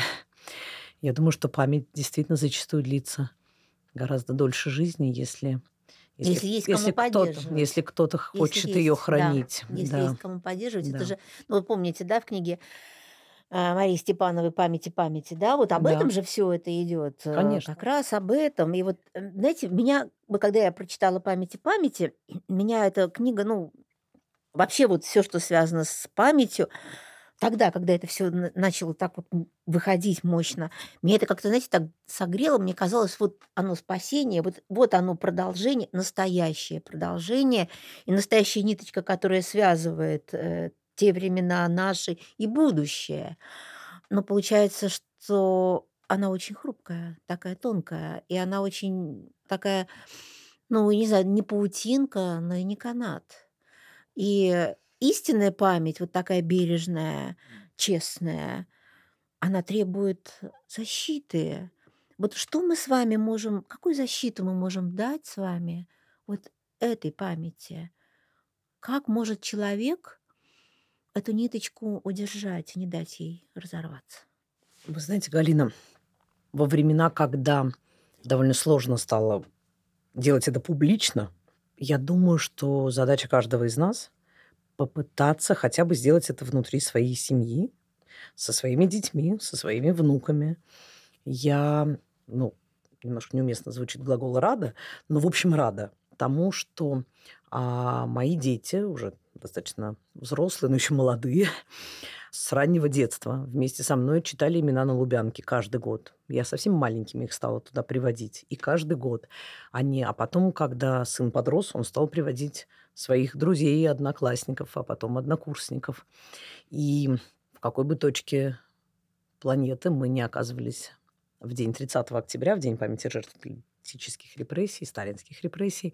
Я думаю, что память действительно зачастую длится гораздо дольше жизни, если, если, Если есть если кому кто-то, поддерживать. если кто-то Если хочет ее есть, да, хранить. если Да, есть кому поддерживать, это да, же, ну, вы помните, да, в книге а, Марии Степановой «Памяти памяти», да, вот об этом да, же все это идет, как конечно. раз об этом. И вот, э, знаете, меня, вот когда я прочитала «Памяти памяти», меня эта книга, ну, вообще вот все, что связано с памятью, тогда, когда это все начало так вот м, выходить мощно, меня это как-то, знаете, так согрело. Мне казалось, вот оно спасение, вот, вот оно продолжение, настоящее продолжение и настоящая ниточка, которая связывает э, те времена наши и будущее. Но получается, что она очень хрупкая, такая тонкая, и она очень такая, ну, не знаю, не паутинка, но и не канат. И истинная память, вот такая бережная, честная, она требует защиты. Вот что мы с вами можем, какую защиту мы можем дать с вами вот этой памяти? Как может человек эту ниточку удержать, не дать ей разорваться? Вы знаете, Галина, во времена, когда довольно сложно стало делать это публично, я думаю, что задача каждого из нас попытаться хотя бы сделать это внутри своей семьи, со своими детьми, со своими внуками. Я, ну, немножко неуместно звучит глагол «рада», но, в общем, рада тому, что а, мои дети, уже достаточно взрослые, но еще молодые, с раннего детства вместе со мной читали «Имена на Лубянке» каждый год. Я совсем маленькими их стала туда приводить. И каждый год они... А потом, когда сын подрос, он стал приводить своих друзей и одноклассников, а потом однокурсников. И в какой бы точке планеты мы не оказывались в день тридцатого октября, в день памяти жертв политических репрессий, сталинских репрессий,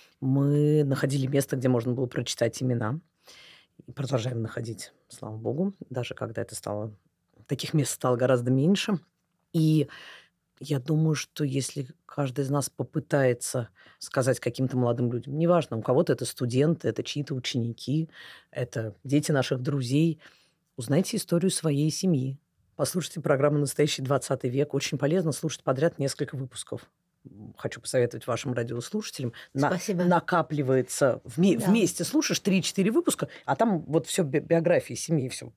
мы находили место, где можно было прочитать имена. И продолжаем находить, слава богу, даже когда это стало... Таких мест стало гораздо меньше. И я думаю, что если каждый из нас попытается сказать каким-то молодым людям, неважно, у кого-то это студенты, это чьи-то ученики, это дети наших друзей, узнайте историю своей семьи. Послушайте программу «Настоящий двадцатый век». Очень полезно слушать подряд несколько выпусков. Хочу посоветовать вашим радиослушателям. Спасибо. На, накапливается, вме, Да. вместе слушаешь три-четыре выпуска, а там вот все би- биографии семьи, все.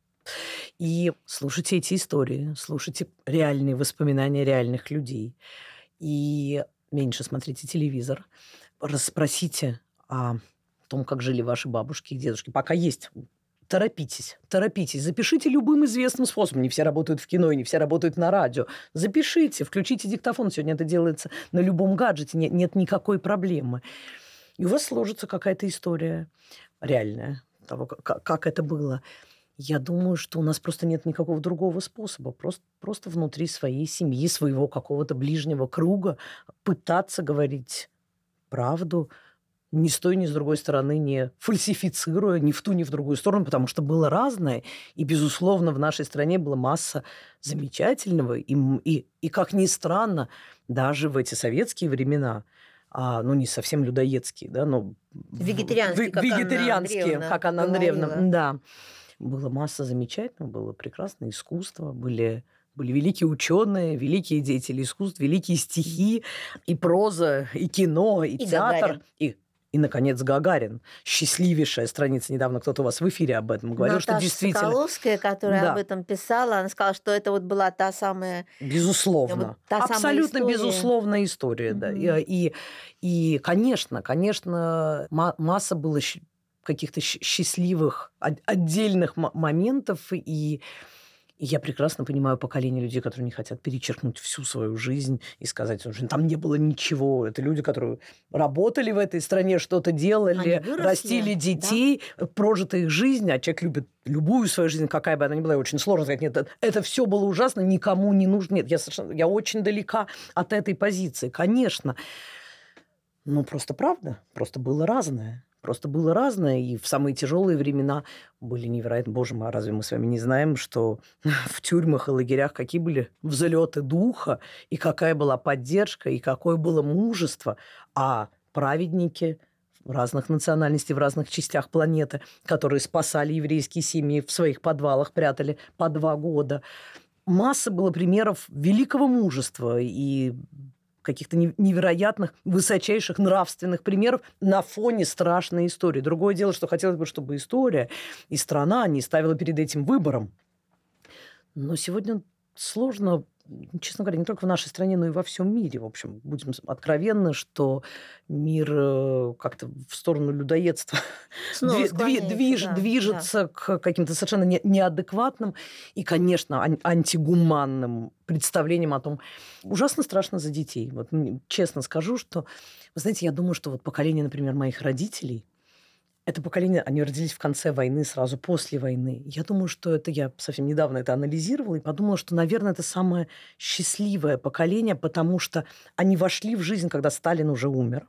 И слушайте эти истории, слушайте реальные воспоминания реальных людей. И меньше смотрите телевизор. Расспросите о том, как жили ваши бабушки и дедушки. Пока есть... Торопитесь, торопитесь. Запишите любым известным способом. Не все работают в кино, и не все работают на радио. Запишите, включите диктофон. Сегодня это делается на любом гаджете. Нет, нет никакой проблемы. И у вас сложится какая-то история реальная того, как, как это было. Я думаю, что у нас просто нет никакого другого способа. Просто, просто внутри своей семьи, своего какого-то ближнего круга пытаться говорить правду, ни с той, ни с другой стороны, не фальсифицируя ни в ту, ни в другую сторону, потому что было разное. И, безусловно, в нашей стране была масса замечательного. И, и, и как ни странно, даже в эти советские времена, а, ну, не совсем людоедские, да, но... Вегетарианские, в, как Анна вегетарианские, Андреевна как Анна Андреевна. говорила. Да. Была масса замечательного, было прекрасное искусство, были... Были великие ученые, великие деятели искусств, великие стихи, и проза, и кино, и, И театр. Гагарин. И, и, наконец, Гагарин. Счастливейшая страница. Недавно кто-то у вас в эфире об этом говорил, Наташа что действительно... Соколовская, которая Да. об этом писала, она сказала, что это вот была та самая... Безусловно. Вот та самая Абсолютно история. безусловная история. Да. Мгм. И, и, и, конечно, конечно, ма- масса было щ- каких-то щ- счастливых от- отдельных м- моментов. И, и я прекрасно понимаю поколение людей, которые не хотят перечеркнуть всю свою жизнь и сказать, что там не было ничего. Это люди, которые работали в этой стране, что-то делали, Они выросли, растили детей, прожита их жизнь, а человек любит любую свою жизнь, какая бы она ни была, и очень сложно сказать, нет, это все было ужасно, никому не нужно. Нет, я, совершенно, я очень далека от этой позиции, конечно. Ну, просто правда, просто было разное. Просто было разное, и в самые тяжелые времена были невероятно... Боже мой, а разве мы с вами не знаем, что в тюрьмах и лагерях какие были взлеты духа, и какая была поддержка, и какое было мужество, а праведники разных национальностей в разных частях планеты, которые спасали еврейские семьи, в своих подвалах прятали по два года. Масса было примеров великого мужества и каких-то невероятных, высочайших нравственных примеров на фоне страшной истории. Другое дело, что хотелось бы, чтобы история и страна не ставила перед этим выбором. Но сегодня сложно, честно говоря, не только в нашей стране, но и во всем мире. В общем, будем откровенны, что мир э, как-то в сторону людоедства Снова дви- склоняется, движ- да, движется к каким-то совершенно не- неадекватным и, конечно, ан- антигуманным представлениям о том, ужасно страшно за детей. Вот мне честно скажу, что, вы знаете, я думаю, что вот поколение, например, моих родителей, это поколение, они родились в конце войны, сразу после войны. Я думаю, что это я совсем недавно это анализировала и подумала, что, наверное, это самое счастливое поколение, потому что они вошли в жизнь, когда Сталин уже умер.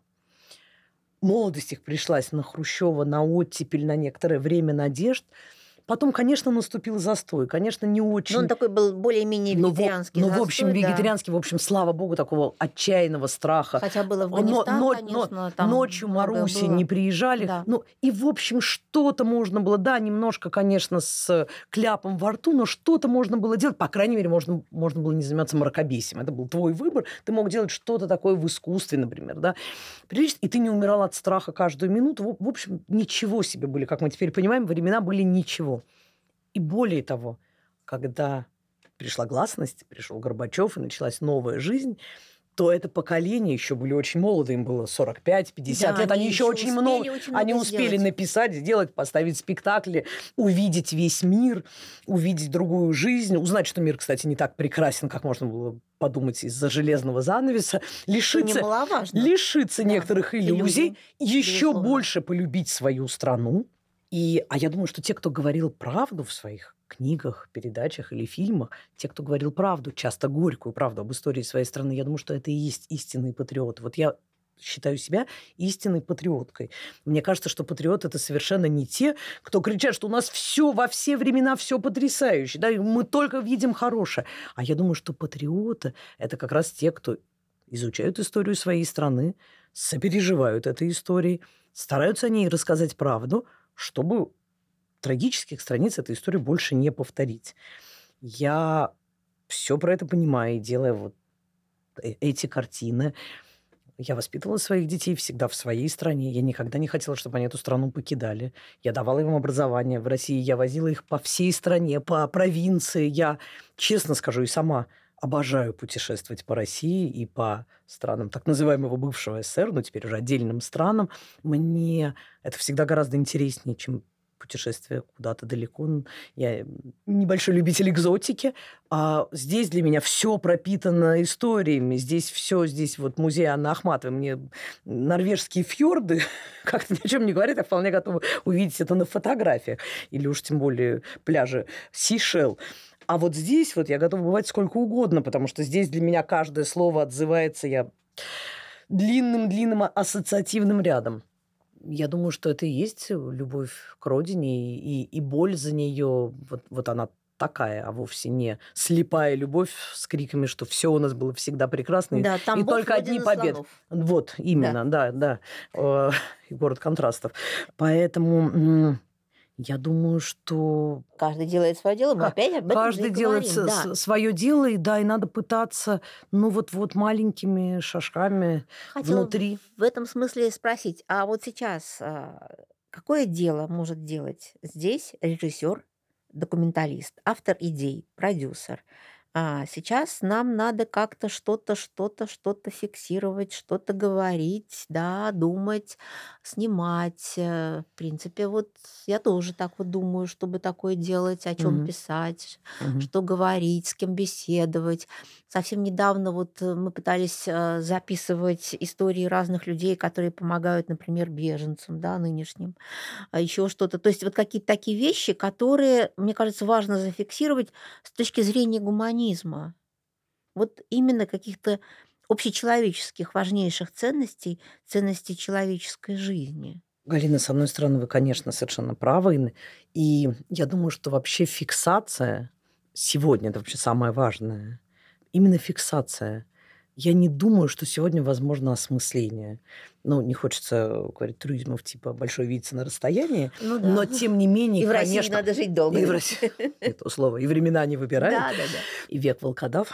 Молодость их пришлась на Хрущева, на оттепель, на некоторое время надежд. Потом, конечно, наступил застой. Конечно, не очень... Но он такой был более-менее Ну, вегетарианский ну, в застой, общем, да. вегетарианский, в общем, слава богу, такого отчаянного страха. Хотя был Но- Афганистан, но- конечно, но- там ночью многое Маруси было. не приезжали. Да. Ну, и, в общем, что-то можно было, да, немножко, конечно, с кляпом во рту, но что-то можно было делать. По крайней мере, можно, можно было не заниматься мракобесием. Это был твой выбор. Ты мог делать что-то такое в искусстве, например, да. Прилично, и ты не умирал от страха каждую минуту. В, в общем, ничего себе были, как мы теперь понимаем, времена были ничего. И более того, когда пришла гласность, пришел Горбачев, и началась новая жизнь, то это поколение еще были очень молоды, им было сорок пять пятьдесят Да, лет, они, еще очень много, очень они много успели сделать. написать, сделать, поставить спектакли, увидеть весь мир, увидеть другую жизнь, узнать, что мир, кстати, не так прекрасен, как можно было подумать из-за железного занавеса, лишиться, немаловажно. лишиться Да, некоторых иллюзий, иллюзий, еще безусловно. больше полюбить свою страну. И, а я думаю, что те, кто говорил правду в своих книгах, передачах или фильмах, те, кто говорил правду, часто горькую правду об истории своей страны, я думаю, что это и есть истинный патриот. Вот я считаю себя истинной патриоткой. Мне кажется, что патриот – это совершенно не те, кто кричат, что у нас все во все времена все потрясающе, да, и мы только видим хорошее. А я думаю, что патриоты – это как раз те, кто изучают историю своей страны, сопереживают этой истории, стараются о ней рассказать правду, чтобы трагических страниц этой истории больше не повторить. Я все про это понимаю, и делая вот э- эти картины. Я воспитывала своих детей всегда в своей стране. Я никогда не хотела, чтобы они эту страну покидали. Я давала им образование в России. Я возила их по всей стране, по провинции. Я, честно скажу, и сама обожаю путешествовать по России и по странам так называемого бывшего СССР, но теперь уже отдельным странам. Мне это всегда гораздо интереснее, чем путешествие куда-то далеко. Я небольшой любитель экзотики, а здесь для меня все пропитано историями. Здесь все, здесь вот музей Анны Ахматовой. Мне норвежские фьорды как-то ни о чем не говорят. Я вполне готова увидеть это на фотографиях. Или уж тем более пляжи Сейшел. А вот здесь вот я готова бывать сколько угодно, потому что здесь для меня каждое слово отзывается я длинным-длинным ассоциативным рядом. Я думаю, что это и есть любовь к родине, и, и боль за нее, вот, вот она такая, а вовсе не слепая любовь с криками, что все у нас было всегда прекрасно, и- Да, и Тамбов, только одни родина победы. слонов. Вот, именно, да, да. Э, И город контрастов. Поэтому м, я думаю, что Каждый делает свое дело, мы Ка- опять об этом же и каждый делает говорим. Да. свое дело, и да, и надо пытаться, ну вот, вот маленькими шажками Хотела внутри. в этом смысле спросить, а вот сейчас а, какое дело может делать здесь режиссер, документалист, автор идей, продюсер? А сейчас нам надо как-то что-то, что-то, что-то фиксировать, что-то говорить, да, думать, снимать. Э, В принципе, вот я тоже так вот думаю, чтобы такое делать, о чем Мгм, писать, мгм. что говорить, с кем беседовать. Совсем недавно вот э, мы пытались э, записывать истории разных людей, которые помогают, например, беженцам, да, нынешним, а еще что-то. То есть вот какие-то такие вещи, которые, мне кажется, важно зафиксировать с точки зрения гуманизма. Вот именно каких-то общечеловеческих важнейших ценностей, ценностей человеческой жизни. Галина, с одной стороны, вы, конечно, совершенно правы. И я думаю, что вообще фиксация сегодня, это вообще самое важное. Именно фиксация. Я не думаю, что сегодня возможно осмысление. Ну, не хочется говорить трюизмов типа «большой видится на расстоянии», Ну но да. тем не менее, И в России конечно... надо жить долго. И в России, не то слово, и времена не выбирают, Да, да, да. и век волкодав,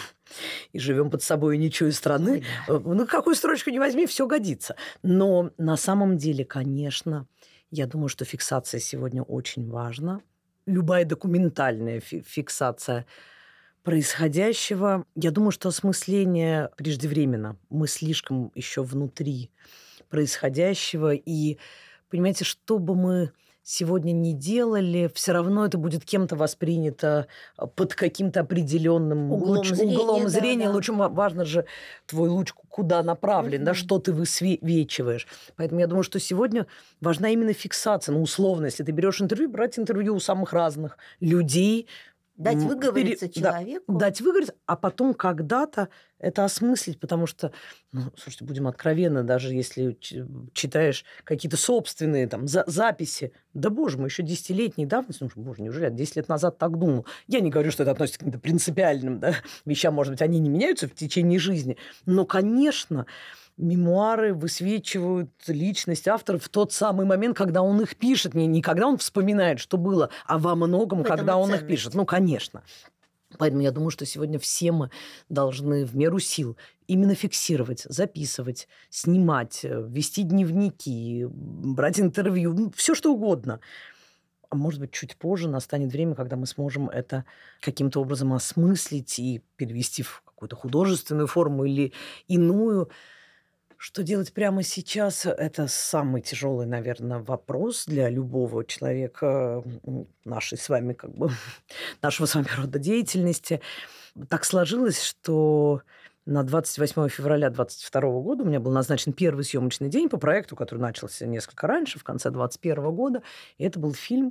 и живем под собой не чую страны. Ой, да. Э, Ну, какую строчку не возьми, все годится. Но на самом деле, конечно, я думаю, что фиксация сегодня очень важна. Любая документальная фи- фиксация происходящего. Я думаю, что осмысление преждевременно. Мы слишком еще внутри происходящего. И, понимаете, что бы мы сегодня не делали, все равно это будет кем-то воспринято а, под каким-то определенным Углом луч- зрения, углом да, зрения. да. Лучше ва- важно же твой луч ку- куда направлен, да, Мгм. что ты высвечиваешь. Поэтому я думаю, что сегодня важна именно фиксация. Ну, условно, если ты берешь интервью, брать интервью у самых разных людей, Дать м, выговориться пере- да, человеку. дать выговориться, а потом когда-то это осмыслить, потому что, ну, слушайте, будем откровенны, даже если ч- читаешь какие-то собственные там за- записи, да боже мой, еще десятилетней давности, ну, боже, неужели я десять лет назад так думал? Я не говорю, что это относится к каким-то принципиальным, да, вещам, может быть, они не меняются в течение жизни, но, конечно, мемуары высвечивают личность автора в тот самый момент, когда он их пишет. Не, не когда он вспоминает, что было, а во многом, В этом когда и он их ценность. пишет. Ну, конечно. Поэтому я думаю, что сегодня все мы должны в меру сил именно фиксировать, записывать, снимать, э, вести дневники, м, брать интервью, все что угодно. А может быть, чуть позже настанет время, когда мы сможем это каким-то образом осмыслить и перевести в какую-то художественную форму или иную. Что делать прямо сейчас? Это самый тяжелый, наверное, вопрос для любого человека м, нашей с вами, как бы, нашего с вами рода деятельности. Так сложилось, что на двадцать восьмое февраля двадцать второго года у меня был назначен первый съемочный день по проекту, который начался несколько раньше, в конце двадцать первого года. И это был фильм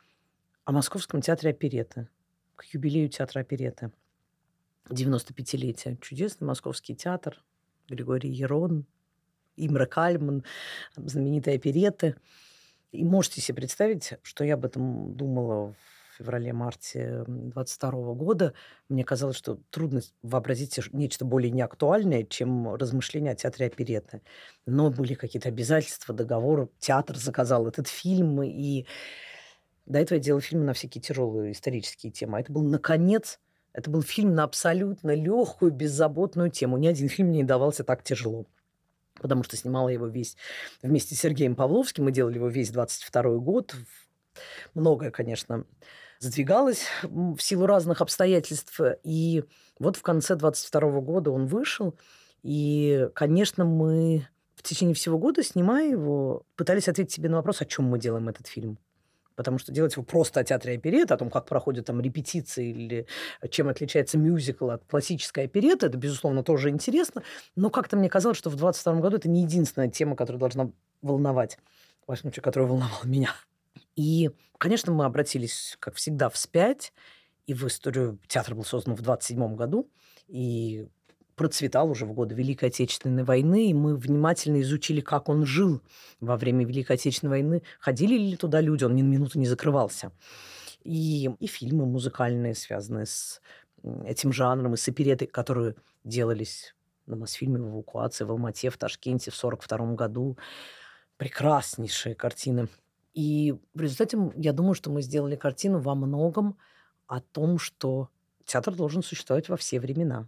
о Московском театре оперетты, к юбилею театра оперетты. девяносто пятилетие. Чудесный московский театр. Григорий Ерон, Имре Кальман, знаменитые оперетты. И можете себе представить, что я об этом думала в феврале-марте двадцать второго года. Мне казалось, что трудно вообразить нечто более неактуальное, чем размышления о театре оперетты. Но были какие-то обязательства, договоры. Театр заказал этот фильм. И до этого я делала фильмы на всякие тяжелые исторические темы. А это был, наконец, это был фильм на абсолютно легкую, беззаботную тему. Ни один фильм не давался так тяжело. Потому что снимала его весь вместе с Сергеем Павловским. Мы делали его весь двадцать второй год. Многое, конечно, сдвигалось в силу разных обстоятельств. И вот в конце двадцать второго года он вышел. И, конечно, мы в течение всего года, снимая его, пытались ответить себе на вопрос, о чем мы делаем этот фильм. Потому что делать его просто о театре оперетты, о том, как проходят там репетиции или чем отличается мюзикл от классической оперетты, это, безусловно, тоже интересно. Но как-то мне казалось, что в двадцать втором году это не единственная тема, которая должна волновать, во всяком случае, которая волновала меня. И, конечно, мы обратились, как всегда, вспять. И в историю театр был создан в двадцать седьмом году. И процветал уже в годы Великой Отечественной войны, и мы внимательно изучили, как он жил во время Великой Отечественной войны, ходили ли туда люди, он ни на минуту не закрывался. И, и фильмы музыкальные, связанные с этим жанром, и с опереттой, которые делались на Мосфильме в эвакуации в Алмате, в Ташкенте в сорок втором году. Прекраснейшие картины. И в результате я думаю, что мы сделали картину во многом о том, что театр должен существовать во все времена.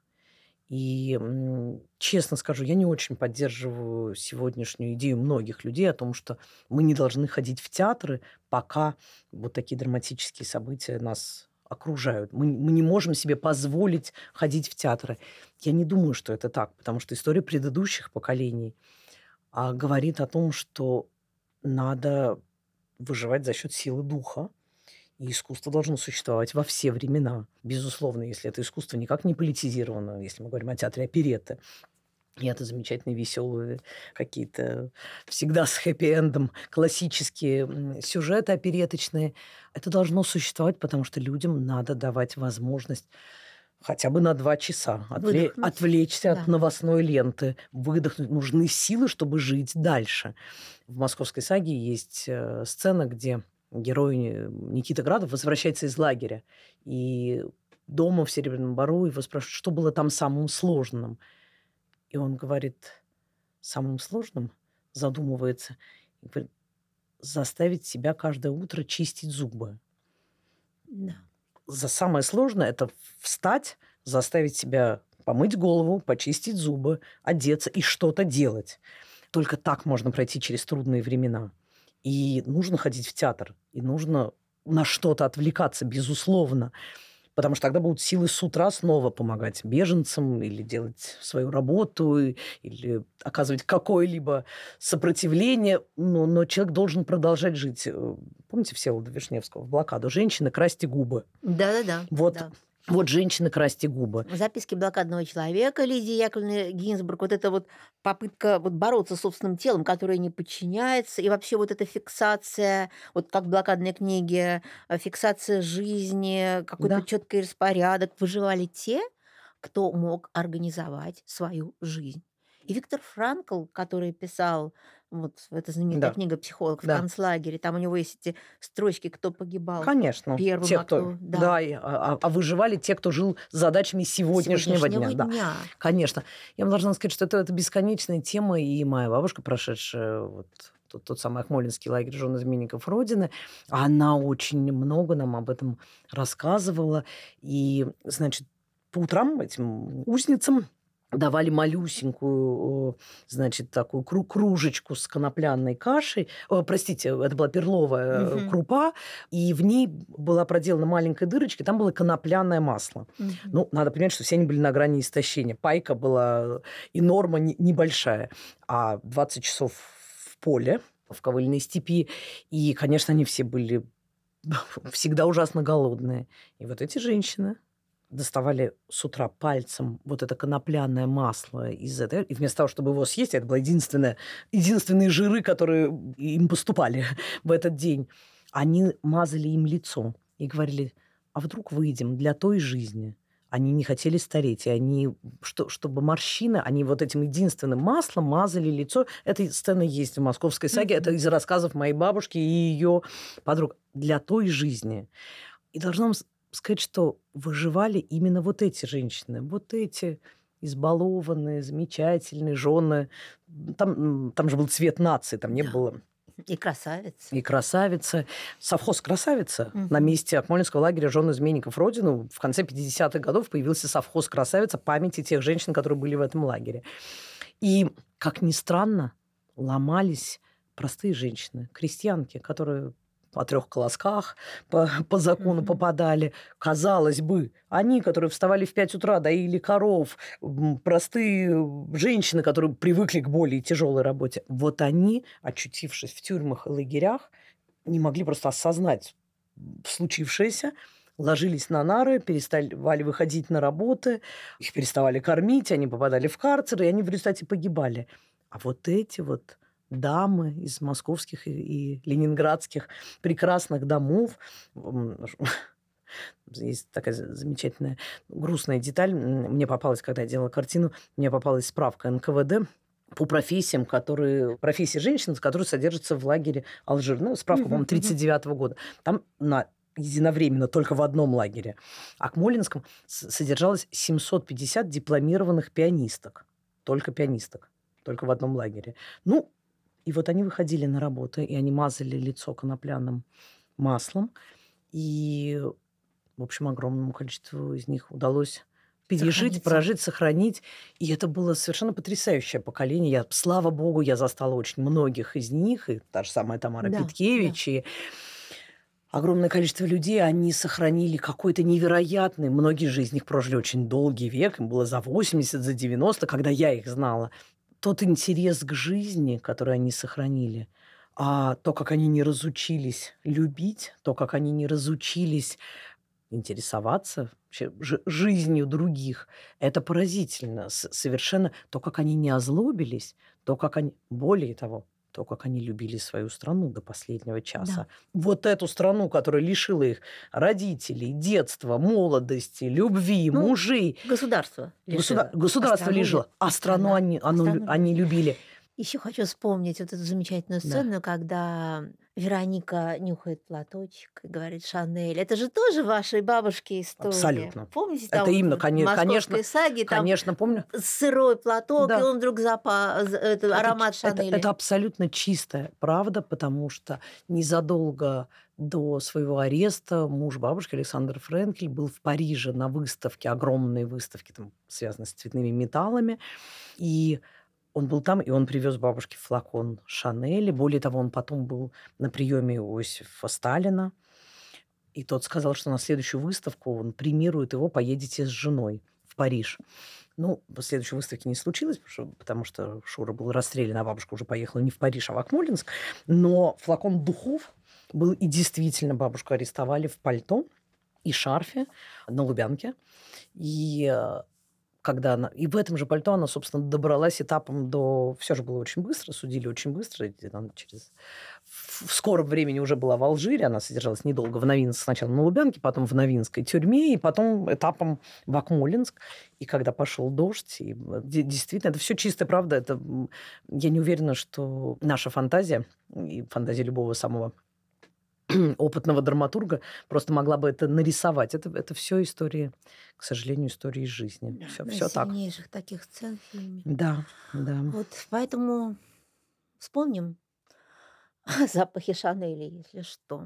И, честно скажу, я не очень поддерживаю сегодняшнюю идею многих людей о том, что мы не должны ходить в театры, пока вот такие драматические события нас окружают. Мы, мы не можем себе позволить ходить в театры. Я не думаю, что это так, потому что история предыдущих поколений а, говорит о том, что надо выживать за счет силы духа. И искусство должно существовать во все времена. Безусловно, если это искусство никак не политизировано, если мы говорим о театре оперетты, и это замечательные, веселые, какие-то всегда с хэппи-эндом классические сюжеты опереточные, это должно существовать, потому что людям надо давать возможность хотя бы на два часа отвле- отвлечься да. от новостной ленты, выдохнуть. Нужны силы, чтобы жить дальше. В «Московской саге» есть э, сцена, где герой Никита Градов возвращается из лагеря. И дома в Серебряном Бару его спрашивают, что было там самым сложным. И он говорит, самым сложным, задумывается, и говорит, заставить себя каждое утро чистить зубы. Да. За самое сложное – это встать, заставить себя помыть голову, почистить зубы, одеться и что-то делать. Только так можно пройти через трудные времена. И нужно ходить в театр, и нужно на что-то отвлекаться, безусловно. Потому что тогда будут силы с утра снова помогать беженцам или делать свою работу, или оказывать какое-либо сопротивление. Но, но человек должен продолжать жить. Помните Всеволода Вишневского в «Блокаду»? «Женщины, красьте губы». Да-да-да. Вот. Да. Вот «Женщины, красьте губы». Записки блокадного человека Лидии Яковлевны Гинзбург, вот эта вот попытка вот бороться с собственным телом, которое не подчиняется, и вообще вот эта фиксация, вот как в блокадной книге, фиксация жизни, какой-то Да. четкий распорядок, выживали те, кто мог организовать свою жизнь. И Виктор Франкл, который писал, вот эта знаменитая Да. книга «Психолог в Да. концлагере», там у него есть эти строчки, кто погибал Конечно. первым, Те, а кто, кто... да, Да. и- а, а выживали те, кто жил задачами сегодняшнего, Сегодняшнего дня. Да. дня. Конечно. Я вам должна сказать, что это, это бесконечная тема, и моя бабушка, прошедшая вот тот, тот самый Ахмолинский лагерь жен изменников Родины, она очень много нам об этом рассказывала. И, значит, по утрам этим узницам давали малюсенькую, значит, такую кру- кружечку с конопляной кашей. О, простите, это была перловая Мгм. крупа, и в ней была проделана маленькая дырочка, и там было конопляное масло. Мгм. Ну, надо понимать, что все они были на грани истощения. Пайка была и норма не- небольшая, а двадцать часов в поле, в ковыльной степи, и, конечно, они все были всегда ужасно голодные. И вот эти женщины доставали с утра пальцем вот это конопляное масло из этого, и вместо того, чтобы его съесть, это было единственное, единственные жиры, которые им поступали в этот день, они мазали им лицо и говорили, а вдруг выйдем для той жизни. Они не хотели стареть, и они, что, чтобы морщины, они вот этим единственным маслом мазали лицо. Эта сцена есть в «Московской саге», это Мгм. из рассказов моей бабушки и ее подруг. Для той жизни. И должна вам с- сказать, что выживали именно вот эти женщины, вот эти избалованные, замечательные жены. Там, м, там же был цвет нации, там не Да. было И красавица. и красавица. Совхоз «Красавица». На Мгм. месте месте Акмолинского лагеря жен изменников Родину в конце пятидесятых годов появился совхоз «Красавица» памяти тех женщин, которые были в этом лагере. И, как ни странно, ломались простые женщины, крестьянки, которые о трех колосках по, по закону Мгм. попадали. Казалось бы, они, которые вставали в пять утра, доили коров, м, простые женщины, которые привыкли к более тяжелой работе, вот они, очутившись в тюрьмах и лагерях, не могли просто осознать случившееся, ложились на нары, переставали выходить на работы, их переставали кормить, они попадали в карцеры, и они в результате погибали. А вот эти вот дамы из московских и, и ленинградских прекрасных домов, м, есть такая за- замечательная грустная деталь, м, мне попалась, когда я делала картину, мне попалась справка эн ка вэ дэ по профессиям, которые... Профессии женщин, которые содержатся в лагере Алжир. Ну, справка, Мгм. по-моему, тридцать девятого года. Там на единовременно только в одном лагере Акмолинском с- содержалось семьсот пятьдесят дипломированных пианисток. Только пианисток. Только в одном лагере. Ну, и вот они выходили на работу, и они мазали лицо конопляным маслом. И, в общем, огромному количеству из них удалось пережить, Сохраниться. прожить, сохранить. И это было совершенно потрясающее поколение. Я, слава богу, я застала очень многих из них, и та же самая Тамара Да, да. Петкевич, и огромное количество людей, они сохранили какой-то невероятный, многие же из них прожили очень долгий век, им было за восемьдесят, за девяносто, когда я их знала. Тот интерес к жизни, который они сохранили, а то, как они не разучились любить, то, как они не разучились интересоваться вообще жи- жизнью других, это поразительно. С- совершенно то, как они не озлобились, то, как они... Более того, то, как они любили свою страну до последнего Да. часа. Вот эту страну, которая лишила их родителей, детства, молодости, любви, Ну, мужей. государство Государ- лишило, а государство страну, лю- лишило, а а страну страна, они, а оно лю- страну они любит. любили. Еще хочу вспомнить вот эту замечательную Да, сцену, когда Вероника нюхает платочек и говорит Шанель. Это же тоже вашей бабушки история. абсолютно. Помните, Это там именно, в коне- конечно, московской саге там конечно, помню. сырой платок, и Да. он вдруг запа... з- это, Это, ч- аромат это, это Шанели. абсолютно чистая правда, потому что незадолго до своего ареста муж бабушки Александр Френкель был в Париже на выставке, огромной выставке, там, связанной с цветными металлами. И он был там, и он привез бабушке флакон Шанели. Более того, он потом был на приеме у Иосифа Сталина. И тот сказал, что на следующую выставку он премирует его, поедете с женой в Париж. Ну, следующей выставки не случилось, потому что, потому что Шура был расстрелян, а бабушка уже поехала не в Париж, а в Акмолинск. Но флакон духов был, и действительно бабушку арестовали в пальто и шарфе на Лубянке. И э, когда она... И в этом же пальто она, собственно, добралась этапом до... Все же было очень быстро, судили очень быстро. И она через... В в скором времени уже была в Алжире, она содержалась недолго в Новинске, сначала на Лубянке, потом в Новинской тюрьме, и потом этапом в Акмолинск. И когда пошел дождь, и э, де- действительно, это все чистая правда. Это, м, я не уверена, что наша фантазия, и фантазия любого самого опытного драматурга просто могла бы это нарисовать. Это, это все истории, к сожалению, истории из жизни. Да, Все, одна из все так. сильнейших таких сцен в фильме. Да, да. Вот, поэтому вспомним запахи Шанели, если что.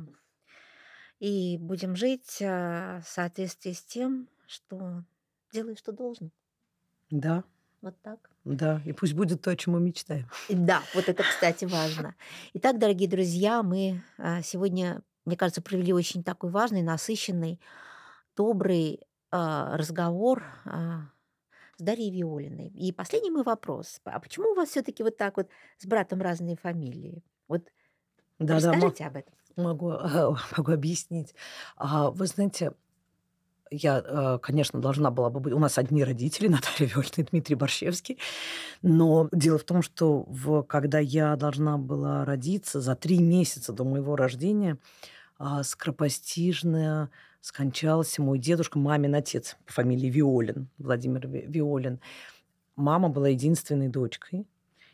И будем жить а, в соответствии с тем, что делай, что должен. Да, Вот так. Да, и пусть будет то, о чем мы мечтаем. И да, вот это, кстати, важно. Итак, дорогие друзья, мы а, сегодня, мне кажется, провели очень такой важный, насыщенный, добрый а, разговор а, с Дарьей Виолиной. И последний мой вопрос. А почему у вас все-таки вот так вот с братом разные фамилии? Вот Да-да, мо расскажите об этом. могу, могу объяснить. А, вы знаете, я, э, конечно, должна была бы быть. У нас одни родители, Наталья Виолина и Дмитрий Борщевский. Но дело в том, что в когда я должна была родиться, за три месяца до моего рождения, а, скоропостижно скончался мой дедушка, мамин отец по фамилии Виолин, Владимир Ви Виолин. Мама была единственной дочкой.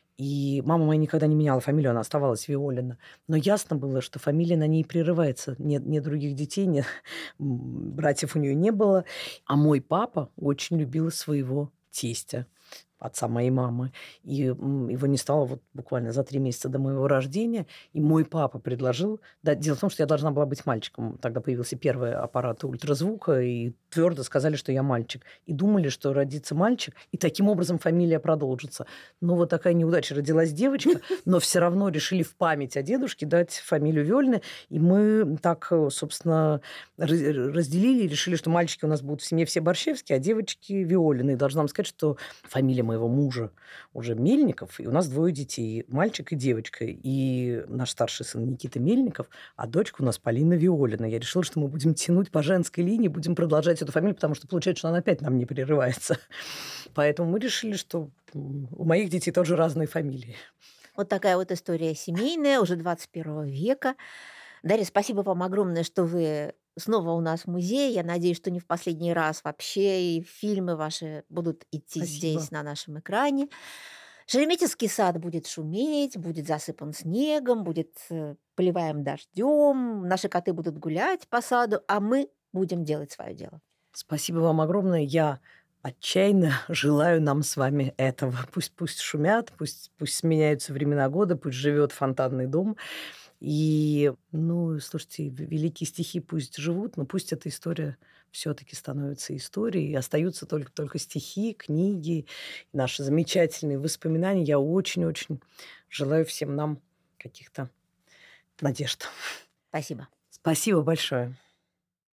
И мама моя никогда не меняла фамилию, она оставалась Виолина. Но ясно было, что фамилия на ней прерывается. Нет, нет других детей, нет, м, братьев у нее не было. А мой папа очень любил своего тестя, отца моей мамы. И м, его не стало вот буквально за три месяца до моего рождения. И мой папа предложил... Да, дело в том, что я должна была быть мальчиком. Тогда появился первый аппарат ультразвука, и твердо сказали, что я мальчик. И думали, что родится мальчик, и таким образом фамилия продолжится. Но вот такая неудача, родилась девочка, но все равно решили в память о дедушке дать фамилию Виолины. И мы так, э, собственно, раз- разделили и решили, что мальчики у нас будут в семье все Борщевские, а девочки Виолины. И должна вам сказать, что фамилия моего мужа уже Мельников, и у нас двое детей, мальчик и девочка. И наш старший сын Никита Мельников, а дочка у нас Полина Виолина. Я решила, что мы будем тянуть по женской линии, будем продолжать эту фамилию, потому что получается, что она опять нам не прерывается. Поэтому мы решили, что м, у моих детей тоже разные фамилии. Вот такая вот история семейная, уже двадцать первого века. Дарья, спасибо вам огромное, что вы снова у нас в музее. Я надеюсь, что не в последний раз вообще, и фильмы ваши будут идти Спасибо. здесь, на нашем экране. Шереметьевский сад будет шуметь, будет засыпан снегом, будет э, поливаем дождем, наши коты будут гулять по саду, а мы будем делать свое дело. Спасибо вам огромное. Я отчаянно желаю нам с вами этого. Пусть, пусть шумят, пусть, пусть сменяются времена года, пусть живет фонтанный дом. И, ну, слушайте, в- великие стихи пусть живут, но пусть эта история все-таки становится историей, и остаются только, только стихи, книги, наши замечательные воспоминания. Я очень-очень желаю всем нам каких-то надежд. Спасибо. Спасибо большое.